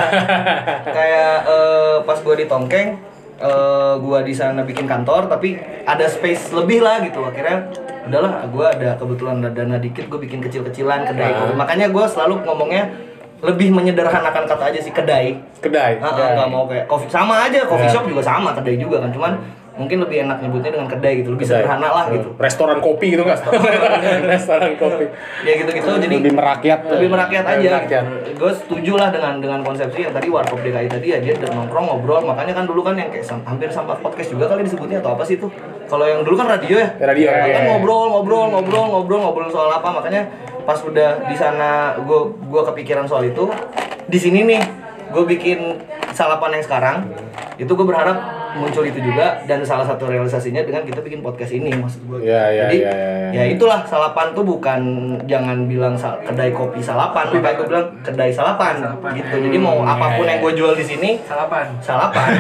Kayak eh, pas gue di Tongkeng, eh gue di sana bikin kantor tapi ada space lebih lah gitu. Akhirnya udahlah, gue ada kebetulan ada dana dikit, gue bikin kecil-kecilan kedai kopi. Makanya gue selalu ngomongnya lebih menyederhanakan kata aja sih, kedai. Kedai. Ah, ah, nggak mau kayak coffee, sama aja coffee Ya. shop juga sama, kedai juga kan, cuman mungkin lebih enak nyebutnya dengan kedai gitu, lebih Kedai. sederhana lah gitu. Restoran kopi gitu nggak? Restoran kopi. Ya gitu-gitu jadi Lebih merakyat. lebih merakyat Lebih aja. merakyat. Gue setuju lah dengan dengan konsepsi yang tadi Warkop D K I tadi ya, dia udah nongkrong ngobrol, makanya kan dulu kan yang kayak sam- hampir sampah podcast juga kali disebutnya atau apa sih itu? Kalau yang dulu kan radio ya. Ya, radio, Kan radio. ngobrol ngobrol ngobrol ngobrol ngobrol soal apa, makanya pas udah di sana gue gue kepikiran soal itu. Di sini nih gue bikin Salapan yang sekarang itu gue berharap muncul itu juga, dan salah satu realisasinya dengan kita bikin podcast ini maksud gue. Ya, ya, Jadi ya, ya, ya. ya itulah Salapan tuh bukan jangan bilang sal- kedai kopi Salapan, makanya gue bilang kedai Salapan, Salapan. gitu. Jadi mau apapun yang gue jual di sini Salapan. Salapan.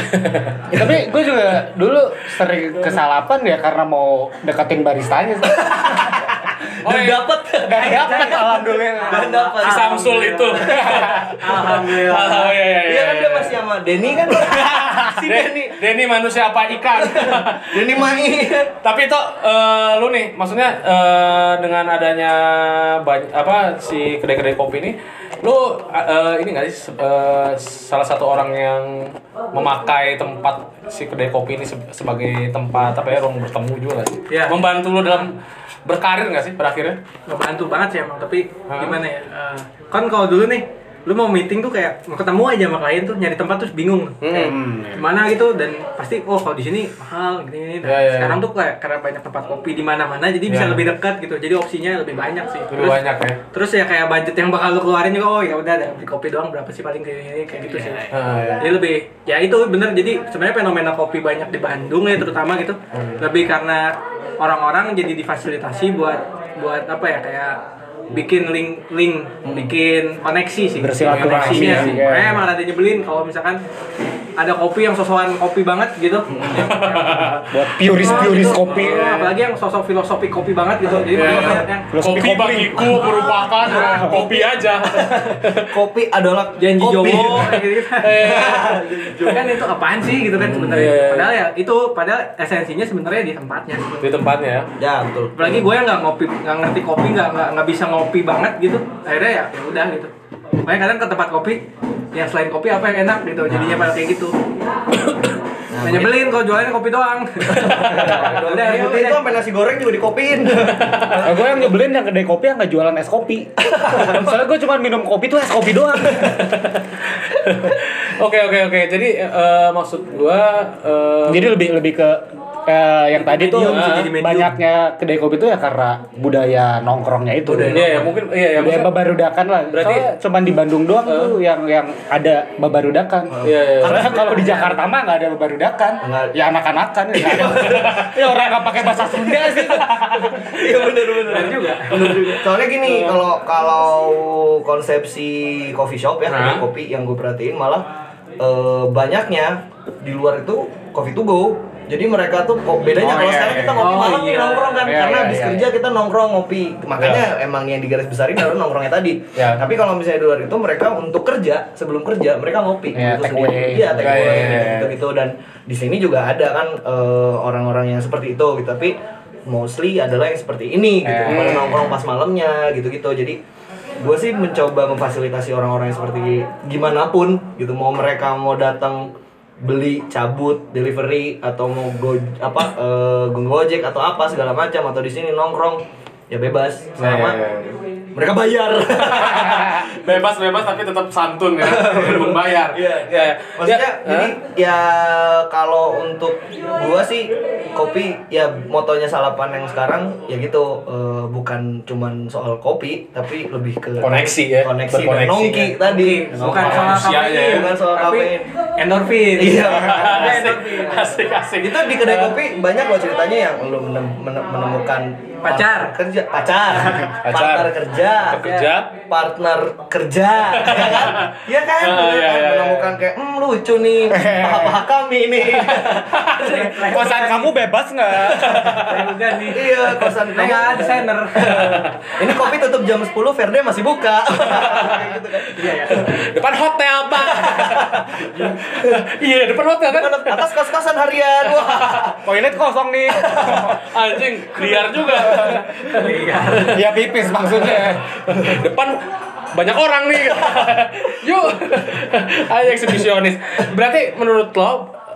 Tapi gue juga dulu sering ke Salapan ya karena mau deketin baristanya sih. Oh, Dan iya. dapat Dan dapet alhamdulillah. dan dapat. Si Samsul itu. Alhamdulillah. Oh iya iya. Iya kan dia masih sama Denny kan. Si Denny. Denny manusia apa ikan? Denny Mai. Tapi itu eh, lu nih, maksudnya eh, dengan adanya banyak apa si kedai-kedai kopi ini, lu eh, ini nggak sih eh, salah satu orang yang memakai tempat si kedai kopi ini se- sebagai tempat apa ya, ruang bertemu juga nggak sih? Iya. Membantu lu dalam berkarir nggak sih pada akhirnya? Ngebantu banget sih emang, tapi Hah? gimana ya? eh, kan kalau dulu nih, lu mau meeting tuh kayak mau ketemu aja sama klien tuh, nyari tempat terus bingung. Kayak, gimana gitu, dan pasti oh kalau di sini mahal gini. Nah, Ya, ya, ya. sekarang tuh kayak karena banyak tempat kopi di mana-mana, jadi bisa Ya. lebih dekat gitu. Jadi opsinya lebih banyak sih. Lebih banyak ya. Terus ya kayak budget yang bakal lu keluarin juga, oh ya udah ada beli kopi doang berapa sih paling kayak gini kayak gitu sih. Ah, ya. Jadi lebih ya itu bener, jadi sebenarnya fenomena kopi banyak di Bandung ya terutama gitu. Lebih karena orang-orang jadi difasilitasi buat buat apa ya, kayak bikin link link bikin koneksi sih. Bersilaturahmi Koneksinya sih, sih. ya. Makanya emang ada nyebelin kalau misalkan ada kopi yang sosokan kopi banget gitu. Buat puris-puris Gitu. kopi. Oh, apalagi yang sosok filosofi kopi banget gitu. Jadi Ya. makanya banyak yang Filosofi Kopi bagiku merupakan kopi aja. Kopi adalah janji kopi. jowo kayak gitu kan. Itu apaan sih gitu kan sebenarnya. Iya. Padahal ya itu padahal esensinya sebenarnya di tempatnya. Di tempatnya ya. Ya betul. Apalagi gue yang nggak ngopi, nggak ngerti kopi, nggak nggak nggak bisa ngopi banget gitu. Akhirnya ya ya udah gitu. Makanya kadang ke tempat kopi yang selain kopi apa yang enak gitu. Jadinya pada kayak gitu. Nah, nyebelin kalau jualannya kopi doang. Udah, Udah, gitu itu deh. sampai nasi goreng juga dikopiin. Nah, gue yang nyebelin yang kedai kopi yang nggak jualan es kopi. Soalnya gue cuma minum kopi tuh es kopi doang. Oke oke oke. Jadi eh, maksud gua eh, Jadi lebih lebih ke eh, yang tadi tuh Medium sih, eh, jadi medium. banyaknya kedai kopi itu ya karena budaya nongkrongnya itu. Iya ya mungkin iya ya Budaya maksudnya- babarudakan lah. Berarti- Soalnya cuma di Bandung doang tuh yang yang ada babarudakan. Iya, iya. Soalnya kalau di Jakarta mah nggak ada babarudakan. Nggak. Ya anak-anakan ya. nggak ada. Ya orang nggak pakai bahasa Sunda sih. Iya benar benar. Bener juga. Bener juga. Soalnya gini, kalau kalau konsepsi coffee shop ya, kedai Hah? kopi yang gue perhatiin malah eh, banyaknya di luar itu coffee to go. Jadi mereka tuh kok bedanya Oh, kalau iya, sekarang iya. kita ngopi Oh, malam nih iya. nongkrong kan, Iya, karena iya, habis iya, kerja kita nongkrong ngopi. Makanya emang yang digaris besarin adalah nongkrongnya tadi. Iya. Tapi kalau misalnya di luar itu mereka untuk kerja, sebelum kerja mereka ngopi Iya, gitu take sendiri. away. Iya, take Iya, away iya, iya. gitu-gitu, dan di sini juga ada kan eh, orang-orang yang seperti itu gitu. Tapi mostly adalah yang seperti ini gitu, Eh. pada nongkrong pas malamnya gitu-gitu. Jadi gue sih mencoba memfasilitasi orang-orang yang seperti gimana pun gitu, mau mereka mau datang beli cabut delivery atau mau go apa eh, gojek atau apa segala macam, atau di sini nongkrong ya bebas selama Iya, iya, iya. mereka bayar. bebas bebas tapi tetap santun ya, membayar. Iya, Iya. Maksudnya Ya, jadi ya kalau untuk gua sih kopi ya motonya Salapan yang sekarang ya gitu, eh, bukan cuman soal kopi tapi lebih ke Koneksi ya, koneksi dan berkoneksi nongki ya. tadi. Bukan Sama soal manusianya kafein, ya. Bukan soal tapi kafein. endorfin. Iya. asik, asik, asik. Itu di kedai kopi banyak loh ceritanya yang lu menem- menem- menemukan Pacar. partner kerja, pacar, Pacar. partner kerja, Kerja. partner kerja, ya kan? Iya kan? Ah, Iya iya, kan? iya, Menemukan kayak, hmm lucu nih, paha-paha kami nih. Kosan kamu bebas nggak? Saya juga nih. Iya, kosan Saya nggak ada kamu. desainer. Ini kopi tutup jam sepuluh, Verde masih buka. Kayak gitu kan. Iya ya. Depan hotel pak. Iya depan hotel kan. Atas kos-kosan harian. Wah. Toilet kosong nih. Anjing liar juga. Iya. Ya pipis maksudnya. Depan banyak orang nih. Yuk. Ayo eksibisionis. Berarti menurut lo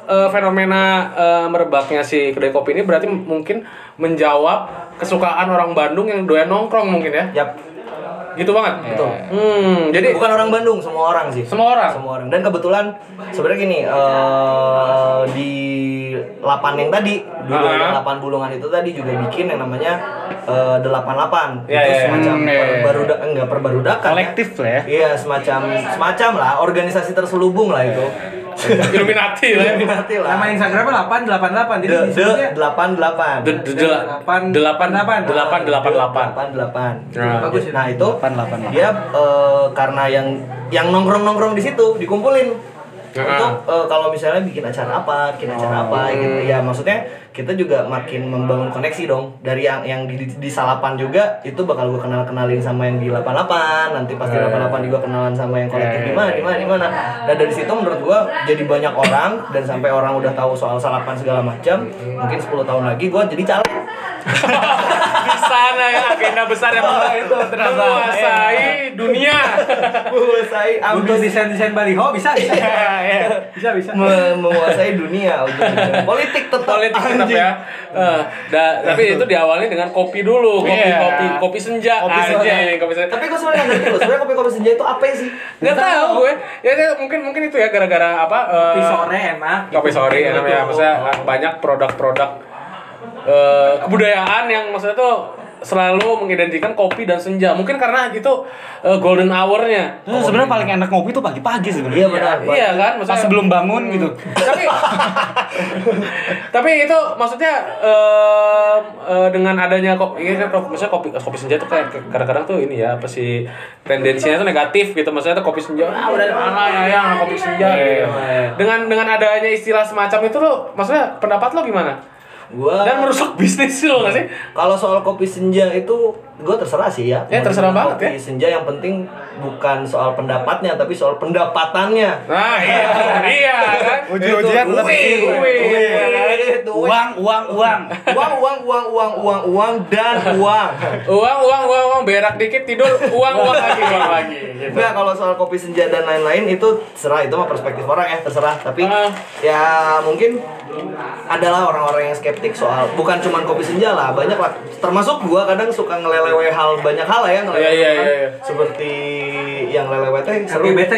eh, fenomena eh, merebaknya si kedai kopi ini berarti m- mungkin menjawab kesukaan orang Bandung yang doyan nongkrong mungkin ya. Yap. Gitu banget. Betul. Hmm, jadi Bukan orang Bandung, semua orang sih. semua orang. Semua orang. Dan kebetulan sebenarnya gini, eh, di lapan yang tadi, dulu Ah. yang delapan bulungan itu tadi juga bikin yang namanya eh, delapan delapan. Ya, itu ya, ya. semacam Hmm, ya, ya. perbaruda enggak perbarudakan. Kolektif lah ya. Iya, semacam semacam lah organisasi terselubung lah itu. Illuminati lah. ya. Illuminati lah. Nama Instagramnya delapan delapan delapan. Jadi The, the disebutnya delapan delapan. De- de- de- Delapan, delapan delapan. delapan delapan delapan. delapan delapan. Nah, bagus ya. Nah, itu delapan delapan. dia eh, karena yang yang nongkrong-nongkrong di situ dikumpulin. Nah. Untuk eh, kalau misalnya bikin acara apa, bikin acara apa gitu. Ya maksudnya kita juga makin membangun koneksi dong. Dari yang yang di, di, di Salapan juga itu bakal gue kenal-kenalin sama yang di delapan delapan. Nanti pas di delapan delapan juga kenalan sama yang kolektif di mana, di mana, di mana. Dan dari situ menurut gue jadi banyak orang dan sampai orang udah tahu soal Salapan segala macam. Mungkin sepuluh tahun lagi gue jadi caleg. Di sana ya agenda besar yang itu ternyata. menguasai dunia. Menguasai Untuk ambisi desain-desain baliho bisa bisa. Bisa bisa. me- menguasai dunia ujung-ujungnya. Politik tetap Politik tetap anjing. ya. Eh, da- tapi itu diawali dengan kopi dulu, kopi Iya. kopi kopi senja. Kopi Anjing, senja. kopi senja. Tapi gue sebenarnya nggak ngerti loh, sebenarnya kopi-kopi senja itu apa sih? Nggak tahu gue. Ya ya, mungkin mungkin itu ya gara-gara apa? eh, Kopi sore enak. Kopi sore ya namanya. Maksudnya eh, banyak produk-produk eh, kebudayaan yang maksudnya tuh selalu mengidentikan kopi dan senja. Mungkin karena itu eh, golden hour-nya. Terus sebenarnya paling enak ngopi tuh pagi-pagi sebenarnya. Iya benar. Iya kan? Pas Maksudnya sebelum bangun gitu. tapi tapi itu maksudnya eh, eh, dengan adanya kopi, ini kan kopi, maksudnya kopi kopi senja tuh kayak kayak kadang-kadang tuh ini ya apa sih tendensinya tuh negatif gitu, maksudnya tuh kopi senja ah udah ah ya yang kopi senja gitu. dengan dengan adanya istilah semacam itu lo maksudnya pendapat lo gimana Gua dan merusak bisnis lo nggak sih? kalau soal kopi senja itu gue terserah sih ya. Ya, Mau terserah dibilang banget kopi senja yang penting bukan soal pendapatnya tapi soal pendapatannya. Nah iya iya kan Ujung-ujungnya Itu tetap duit, itu. duit, Duit. duit. Uang, uang, uang. uang uang uang uang uang uang dan uang. uang uang uang uang berak dikit tidur uang uang lagi uang lagi gitu. Enggak, kalau soal kopi senja dan lain-lain itu terserah, itu mah perspektif orang ya, terserah. Tapi Ah. ya mungkin adalah orang-orang yang skeptik soal bukan cuman kopi senja lah, banyak lah. Termasuk gua kadang suka ngelelewe hal banyak hal lah ya ngelelewe Iya, iya, kan. iya, iya. Seperti yang lelewe teh seru. L G B T.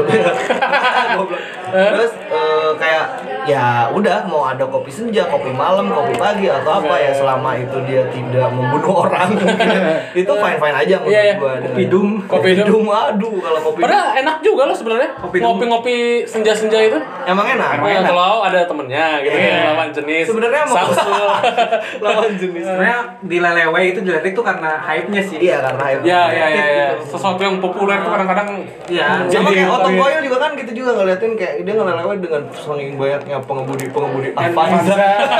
Goblok. Terus eh, kayak ya udah mau ada kopi senja, kopi malam, kopi pagi atau apa ya selama itu dia tidak membunuh orang mungkin itu fine-fine aja menurut Iya, iya. gua. Kopi dum. Kopi dum. aduh kalau kopi Padahal enak juga loh sebenarnya Kopi dum. ngopi-ngopi senja-senja itu. emang enak. Emang enak. kalau ada temennya gitu Iya. ya, lawan jenis. Sebenarnya mau- Samsul. Lawan jenis. Sebenarnya di Lelewe itu dilirik tuh karena hype-nya sih. Iya karena hype. Ya, ya, ya, ya. Sesuatu yang populer tuh kadang-kadang Iya. Sama Jadi, kayak Otong tapi- Koil juga kan gitu juga ngeliatin kayak dia ngelelewe dengan saking banyaknya pengemudi pengemudi Avanza.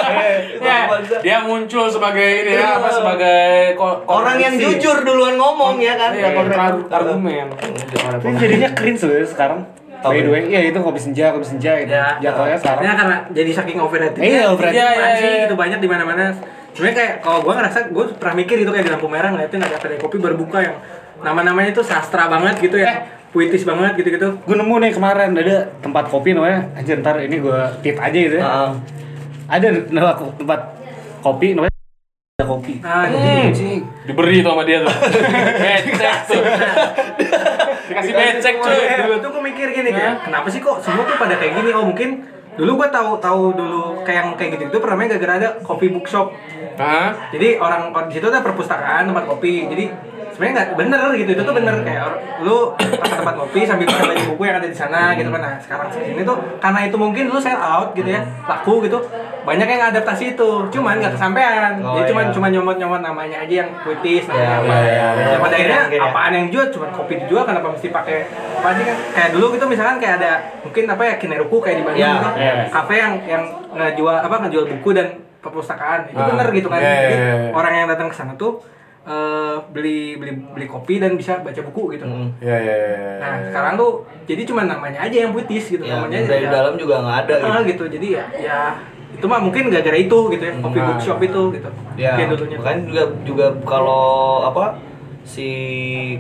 ya, dia muncul sebagai ini ya, apa sebagai ko- orang yang kontradiksi. jujur duluan ngomong ya kan. Iya, Nggak kontra- argumen. Ini jadinya cringe sebenarnya sekarang. By the way, iya itu kopi senja, kopi senja itu. Ya. Jatuhnya sekarang. Sebenarnya karena jadi saking overrated. Iya, overrated. Iya, Iya, iya, sih iya. gitu banyak di mana-mana. Sebenarnya kayak kalau gua ngerasa gua pernah mikir gitu kayak di lampu merah ngeliatin ada kedai kopi berbuka yang nama-namanya tuh sastra banget gitu ya. Puitis banget gitu-gitu. Gue nemu nih kemarin ada tempat kopi namanya, anjir ntar ini gue tip aja gitu ya. Heeh. Ada nama tempat kopi namanya ada kopi. Ah, Hmm. jadi Diberi tuh sama dia tuh. Becek tuh. Dikasih becek cuy. dulu tuh gue mikir gini kayak kenapa sih kok semua tuh pada kayak gini? Oh mungkin dulu gue tahu tahu dulu kayak yang kayak gitu itu pernah gara-gara ada coffee bookshop. Hah? Jadi orang di situ ada perpustakaan tempat kopi. Jadi sebenarnya nggak bener gitu, itu tuh bener kayak or- lu ke tempat kopi sambil baca banyak buku yang ada di sana gitu kan. Nah sekarang sini tuh karena itu mungkin lu sell out gitu ya, laku gitu, banyak yang adaptasi itu, cuman nggak kesampean. Oh, Jadi cuman iya. cuman nyomot-nyomot namanya aja yang puitis, Iya, namanya apa. iya, iya, iya. Ya pada akhirnya Mungkin ya. apaan yang dijual, cuman kopi dijual, kenapa mesti pakai apa aja kan? Kayak dulu gitu misalkan kayak ada mungkin apa ya Kineruku kayak di Bandung Iya, gitu, iya. kafe yang yang ngejual apa ngejual buku dan perpustakaan itu Ah, bener gitu kan. iya, iya, Jadi iya. orang yang datang ke sana tuh eh, beli beli beli kopi dan bisa baca buku gitu. Hmm. Iya, iya, iya. Nah sekarang tuh jadi cuma namanya aja yang puitis gitu, Ya, namanya dari ya, dalam juga nggak ada ah, gitu. gitu. Jadi ya ya itu mah mungkin gara-gara itu gitu ya, kopi Nah. bookshop itu gitu. Ya, Kayak dulunya. makanya juga juga kalau apa si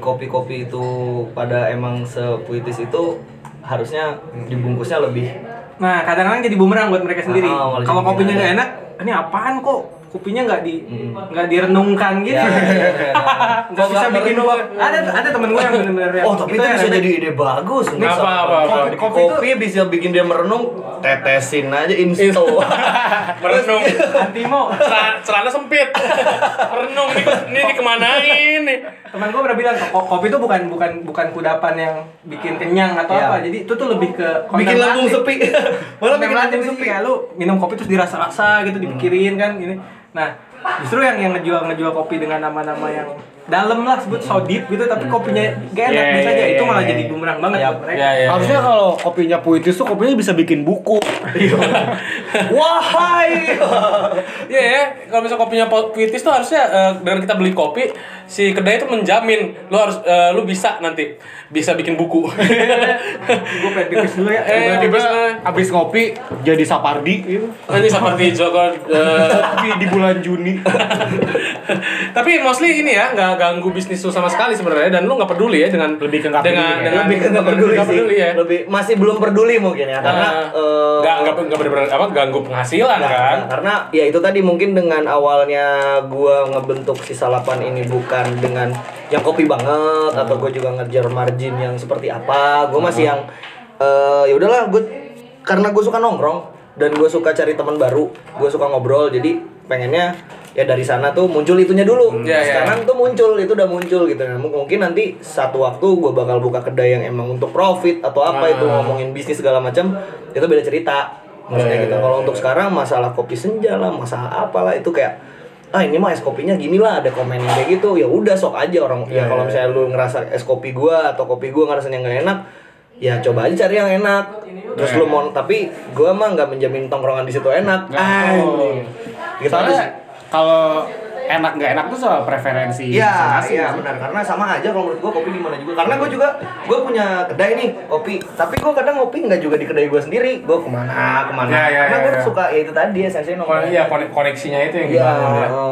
kopi-kopi itu pada emang sepuitis itu harusnya dibungkusnya lebih Nah, kadang-kadang jadi bumerang buat mereka sendiri. Ah, malah Kalau jadi kopinya gimana? nggak enak, ini apaan kok? Kopinya nggak di nggak direnungkan gitu. Ya, ya, ya. Nggak Kok bisa nggak bikin merenung? gua. Ada ada temen gue yang benar-benar yang Oh, tapi itu yang bisa remeh. jadi ide bagus. Nih, Apa, sama- apa, apa? Kopi, Kopi kopi bisa bikin dia merenung, tetesin aja insto. Merenung. Antimo. Celana, celana sempit. Merenung ini ini dikemanain nih? Teman gue pernah bilang ko- kopi itu bukan bukan bukan kudapan yang bikin kenyang atau Iya. apa. Jadi itu tuh lebih ke Bikin lambung sepi. Malah bikin lambung sepi. sepi. Kayak lu minum kopi terus dirasa-rasa gitu, dipikirin kan gini. Nah, justru yang yang ngejual ngejual kopi dengan nama-nama yang dalam lah, sebut so deep gitu, tapi kopinya gak enak Yeah, bisa aja. yeah, Itu yeah, malah yeah. jadi bumerang banget Yap. buat mereka. Ya ya. Harusnya kalau kopinya puitis tuh kopinya bisa bikin buku. Wahai. Iya ya, kalau misalnya kopinya po- puitis tuh harusnya eh, dengan kita beli kopi, si kedai itu menjamin lu harus eh, lu bisa nanti bisa bikin buku. Gue pengen pipis dulu ya. Eh, Coba. pipis. Abis ngopi jadi Sapardi gitu. Nanti seperti Joko eh, Tapi di bulan Juni. tapi mostly ini ya nggak ganggu bisnis lu sama sekali sebenarnya dan lu nggak peduli ya dengan Lebih ke nggak dengan peduli ya. dengan Lebih ke nggak peduli nggak sih. peduli ya. Lebih masih belum peduli mungkin ya karena Nah, eh, nggak nggak nggak benar-benar apa ganggu penghasilan Nah, kan. karena ya itu tadi mungkin dengan awalnya gua ngebentuk si Salapan ini bukan dengan yang kopi banget atau gue juga ngejar margin yang seperti apa, gue masih yang eh ya udahlah gue karena gue suka nongkrong dan gue suka cari teman baru, gue suka ngobrol, jadi pengennya ya dari sana tuh muncul itunya dulu. Ya, ya. Sekarang tuh muncul, itu udah muncul gitu. Nah, m- mungkin nanti satu waktu gue bakal buka kedai yang emang untuk profit atau apa itu ngomongin bisnis segala macam, itu beda cerita. Maksudnya gitu. Kalau untuk sekarang masalah kopi senja lah, masalah apalah itu kayak ah ini mah es kopinya gini lah, ada komen yang kayak gitu, ya udah sok aja orang ya kalau misalnya lu ngerasa es kopi gua atau kopi gua ngerasanya nggak enak, ya coba aja cari yang enak. Terus lu mau, tapi gua mah nggak menjamin tongkrongan di situ enak. Ah, gitu aja sih. Soalnya kalau enak nggak enak tuh soal preferensi Iya, masing-masing. iya benar, karena sama aja kalau menurut gua kopi di mana juga. Karena gua juga gua punya kedai nih kopi, tapi gua kadang ngopi nggak juga di kedai gua sendiri. Gua kemana kemana. Ya, ya, karena ya, gua ya. suka ya itu tadi esensinya Kon- nongkrong. Iya konek- koneksinya itu yang Iya. gimana ya. heeh.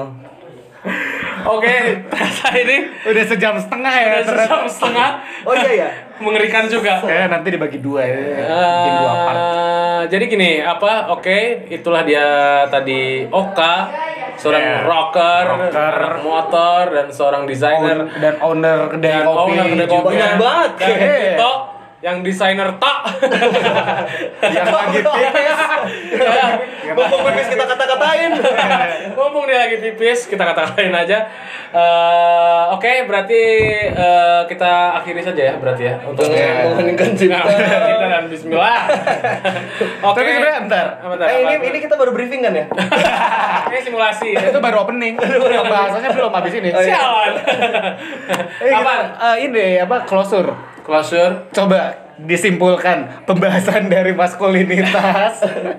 Oke, ternyata ini Udah sejam setengah ya. udah ternyata. sejam setengah Oh iya ya. mengerikan juga. Kayaknya nanti dibagi dua ya. Bikin dua part. Eh, jadi gini, apa? Oke, itulah dia tadi Oka, seorang Yeah. rocker, Rocker. anak motor dan seorang desainer Own- dan owner kedai dan kopi. owner kedai juga. kopi. Banyak banget. Dan Tito, yang desainer tak. Yang lagi tipis. Mumpung pipis kita kata-katain. Mumpung dia lagi pipis, kita kata-katain aja. Eh, Oke, berarti eh, kita akhiri saja ya, berarti ya untuk Dengan mengheningkan cipta. kita dan Bismillah. Oke. Tapi sebenarnya bentar. Apa, bentar, Eh ini apa? ini kita baru briefing kan ya? Ini simulasi. Itu baru opening. Bahasanya belum habis ini. Oh, iya. Sialan. Eh, Apa? kita, eh, ini apa closure. Closure. Coba disimpulkan pembahasan dari maskulinitas,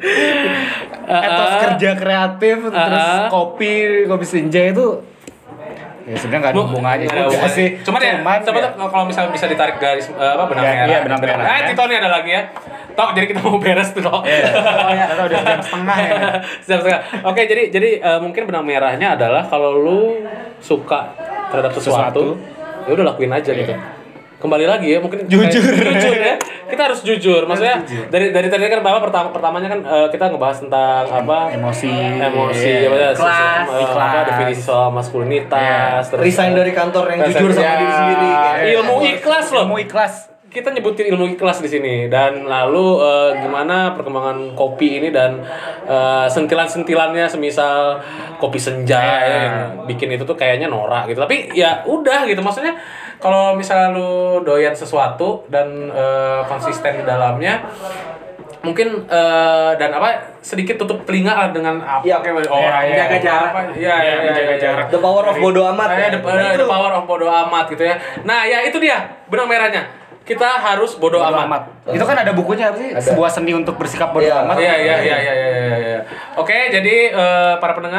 etos Uh-uh. kerja kreatif, terus Uh-uh. kopi, kopi senja itu ya sebenarnya nggak ada Bu- hubungannya nggak ada juga hubungannya. sih. Cuman ya, coba ya, tuh kalau misalnya bisa ditarik garis eh, apa benang Ya, merah. iya, benang merah, Eh, ya. Tito nih ada lagi ya. Tok, jadi kita mau beres tuh, Tok. Iya. Atau udah jam setengah ya. Jam setengah. Oke, jadi jadi eh, mungkin benang merahnya adalah kalau lu suka terhadap sesuatu, ya udah lakuin aja gitu. Kembali lagi ya, mungkin Jujur. kayak- jujur ya. Kita harus jujur. Maksudnya dari dari tadi kan pertama pertama pertamanya kan eh, kita ngebahas tentang apa? Emosi. Emosi, Iya. apa ya, Ikhlas, eh, ikhlas. apa definisi soal maskulinitas, terus Resign dari kantor yang Resign, jujur sama ya. diri sendiri. kayak. Ilmu ikhlas loh. Ilmu ikhlas. Kita nyebutin ilmu ikhlas di sini dan lalu eh, gimana perkembangan kopi ini dan eh, sentilan-sentilannya semisal kopi senja ya, yang bikin itu tuh kayaknya norak gitu. Tapi ya udah gitu, maksudnya kalau misalnya lu doyan sesuatu dan eh, konsisten di dalamnya mungkin eh, dan apa sedikit tutup telinga lah dengan apa Iya. kayak Iya, orang iya, jaga iya. jarak. Iya, iya, iya, menjaga iya. jarak. The power of bodo amat. Nah, ya. the, Nah, the itu. power of bodo amat gitu ya. Nah, ya itu dia benang merahnya. Kita harus bodo, Bodo amat. amat. Itu kan ada bukunya apa sih? Ada. Sebuah seni untuk bersikap bodo Iya. amat. Iya, iya, iya, iya, iya, iya, iya. Oke, jadi eh, para pendengar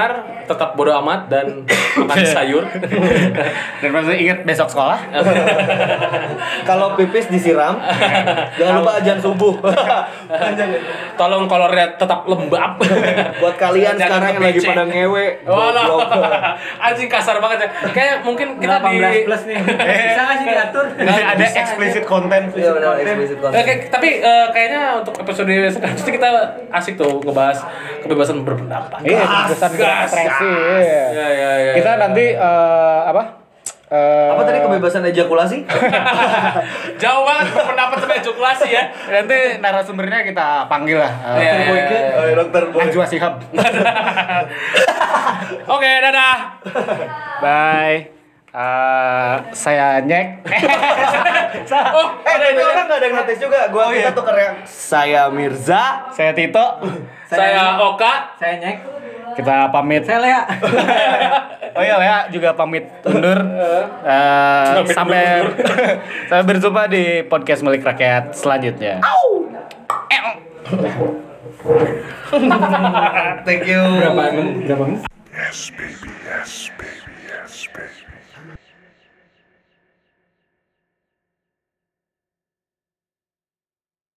tetap bodo amat dan makan sayur. Dan pasti ingat besok sekolah. Kalau pipis disiram, jangan lupa ajan subuh. Tolong kolornya tetap lembab. Buat kalian Jangan sekarang yang lagi kebecek. pada ngewe, Oh, no. goblok. Anjing kasar banget ya. Kayak mungkin kita delapan belas di plus nih. Bisa nggak sih diatur? Nggak ada explicit content. Iya benar, explicit Eh, content. kayak- tapi eh, kayaknya untuk episode selanjutnya kita asik tuh ngebahas kebebasan berpendapat. Iya, kebebasan gas, berekspresi. gas. Iya. Iya, iya, iya. Kita nanti eh, apa? Eh, Apa tadi kebebasan ejakulasi? Jauh banget berpendapat sama ejakulasi ya. Nanti narasumbernya kita panggil lah. Iya, eh, iya, iya. Oh, iya, dokter boy. Najwa Shihab. Oke, dadah. Bye. Eh, saya Nyek. Oh, Eh, ini orang nggak ada yang notice juga. Gua kita tuker yang saya Mirza. Saya Tito. saya Oka. Saya Nyek. Kita pamit. Saya Lea. Oh iya Lea juga pamit undur. Eh, sampai sampai berjumpa di podcast Milik Rakyat selanjutnya. Thank you. Berapa? Berapa? Yes, baby, yes, baby, yes, baby.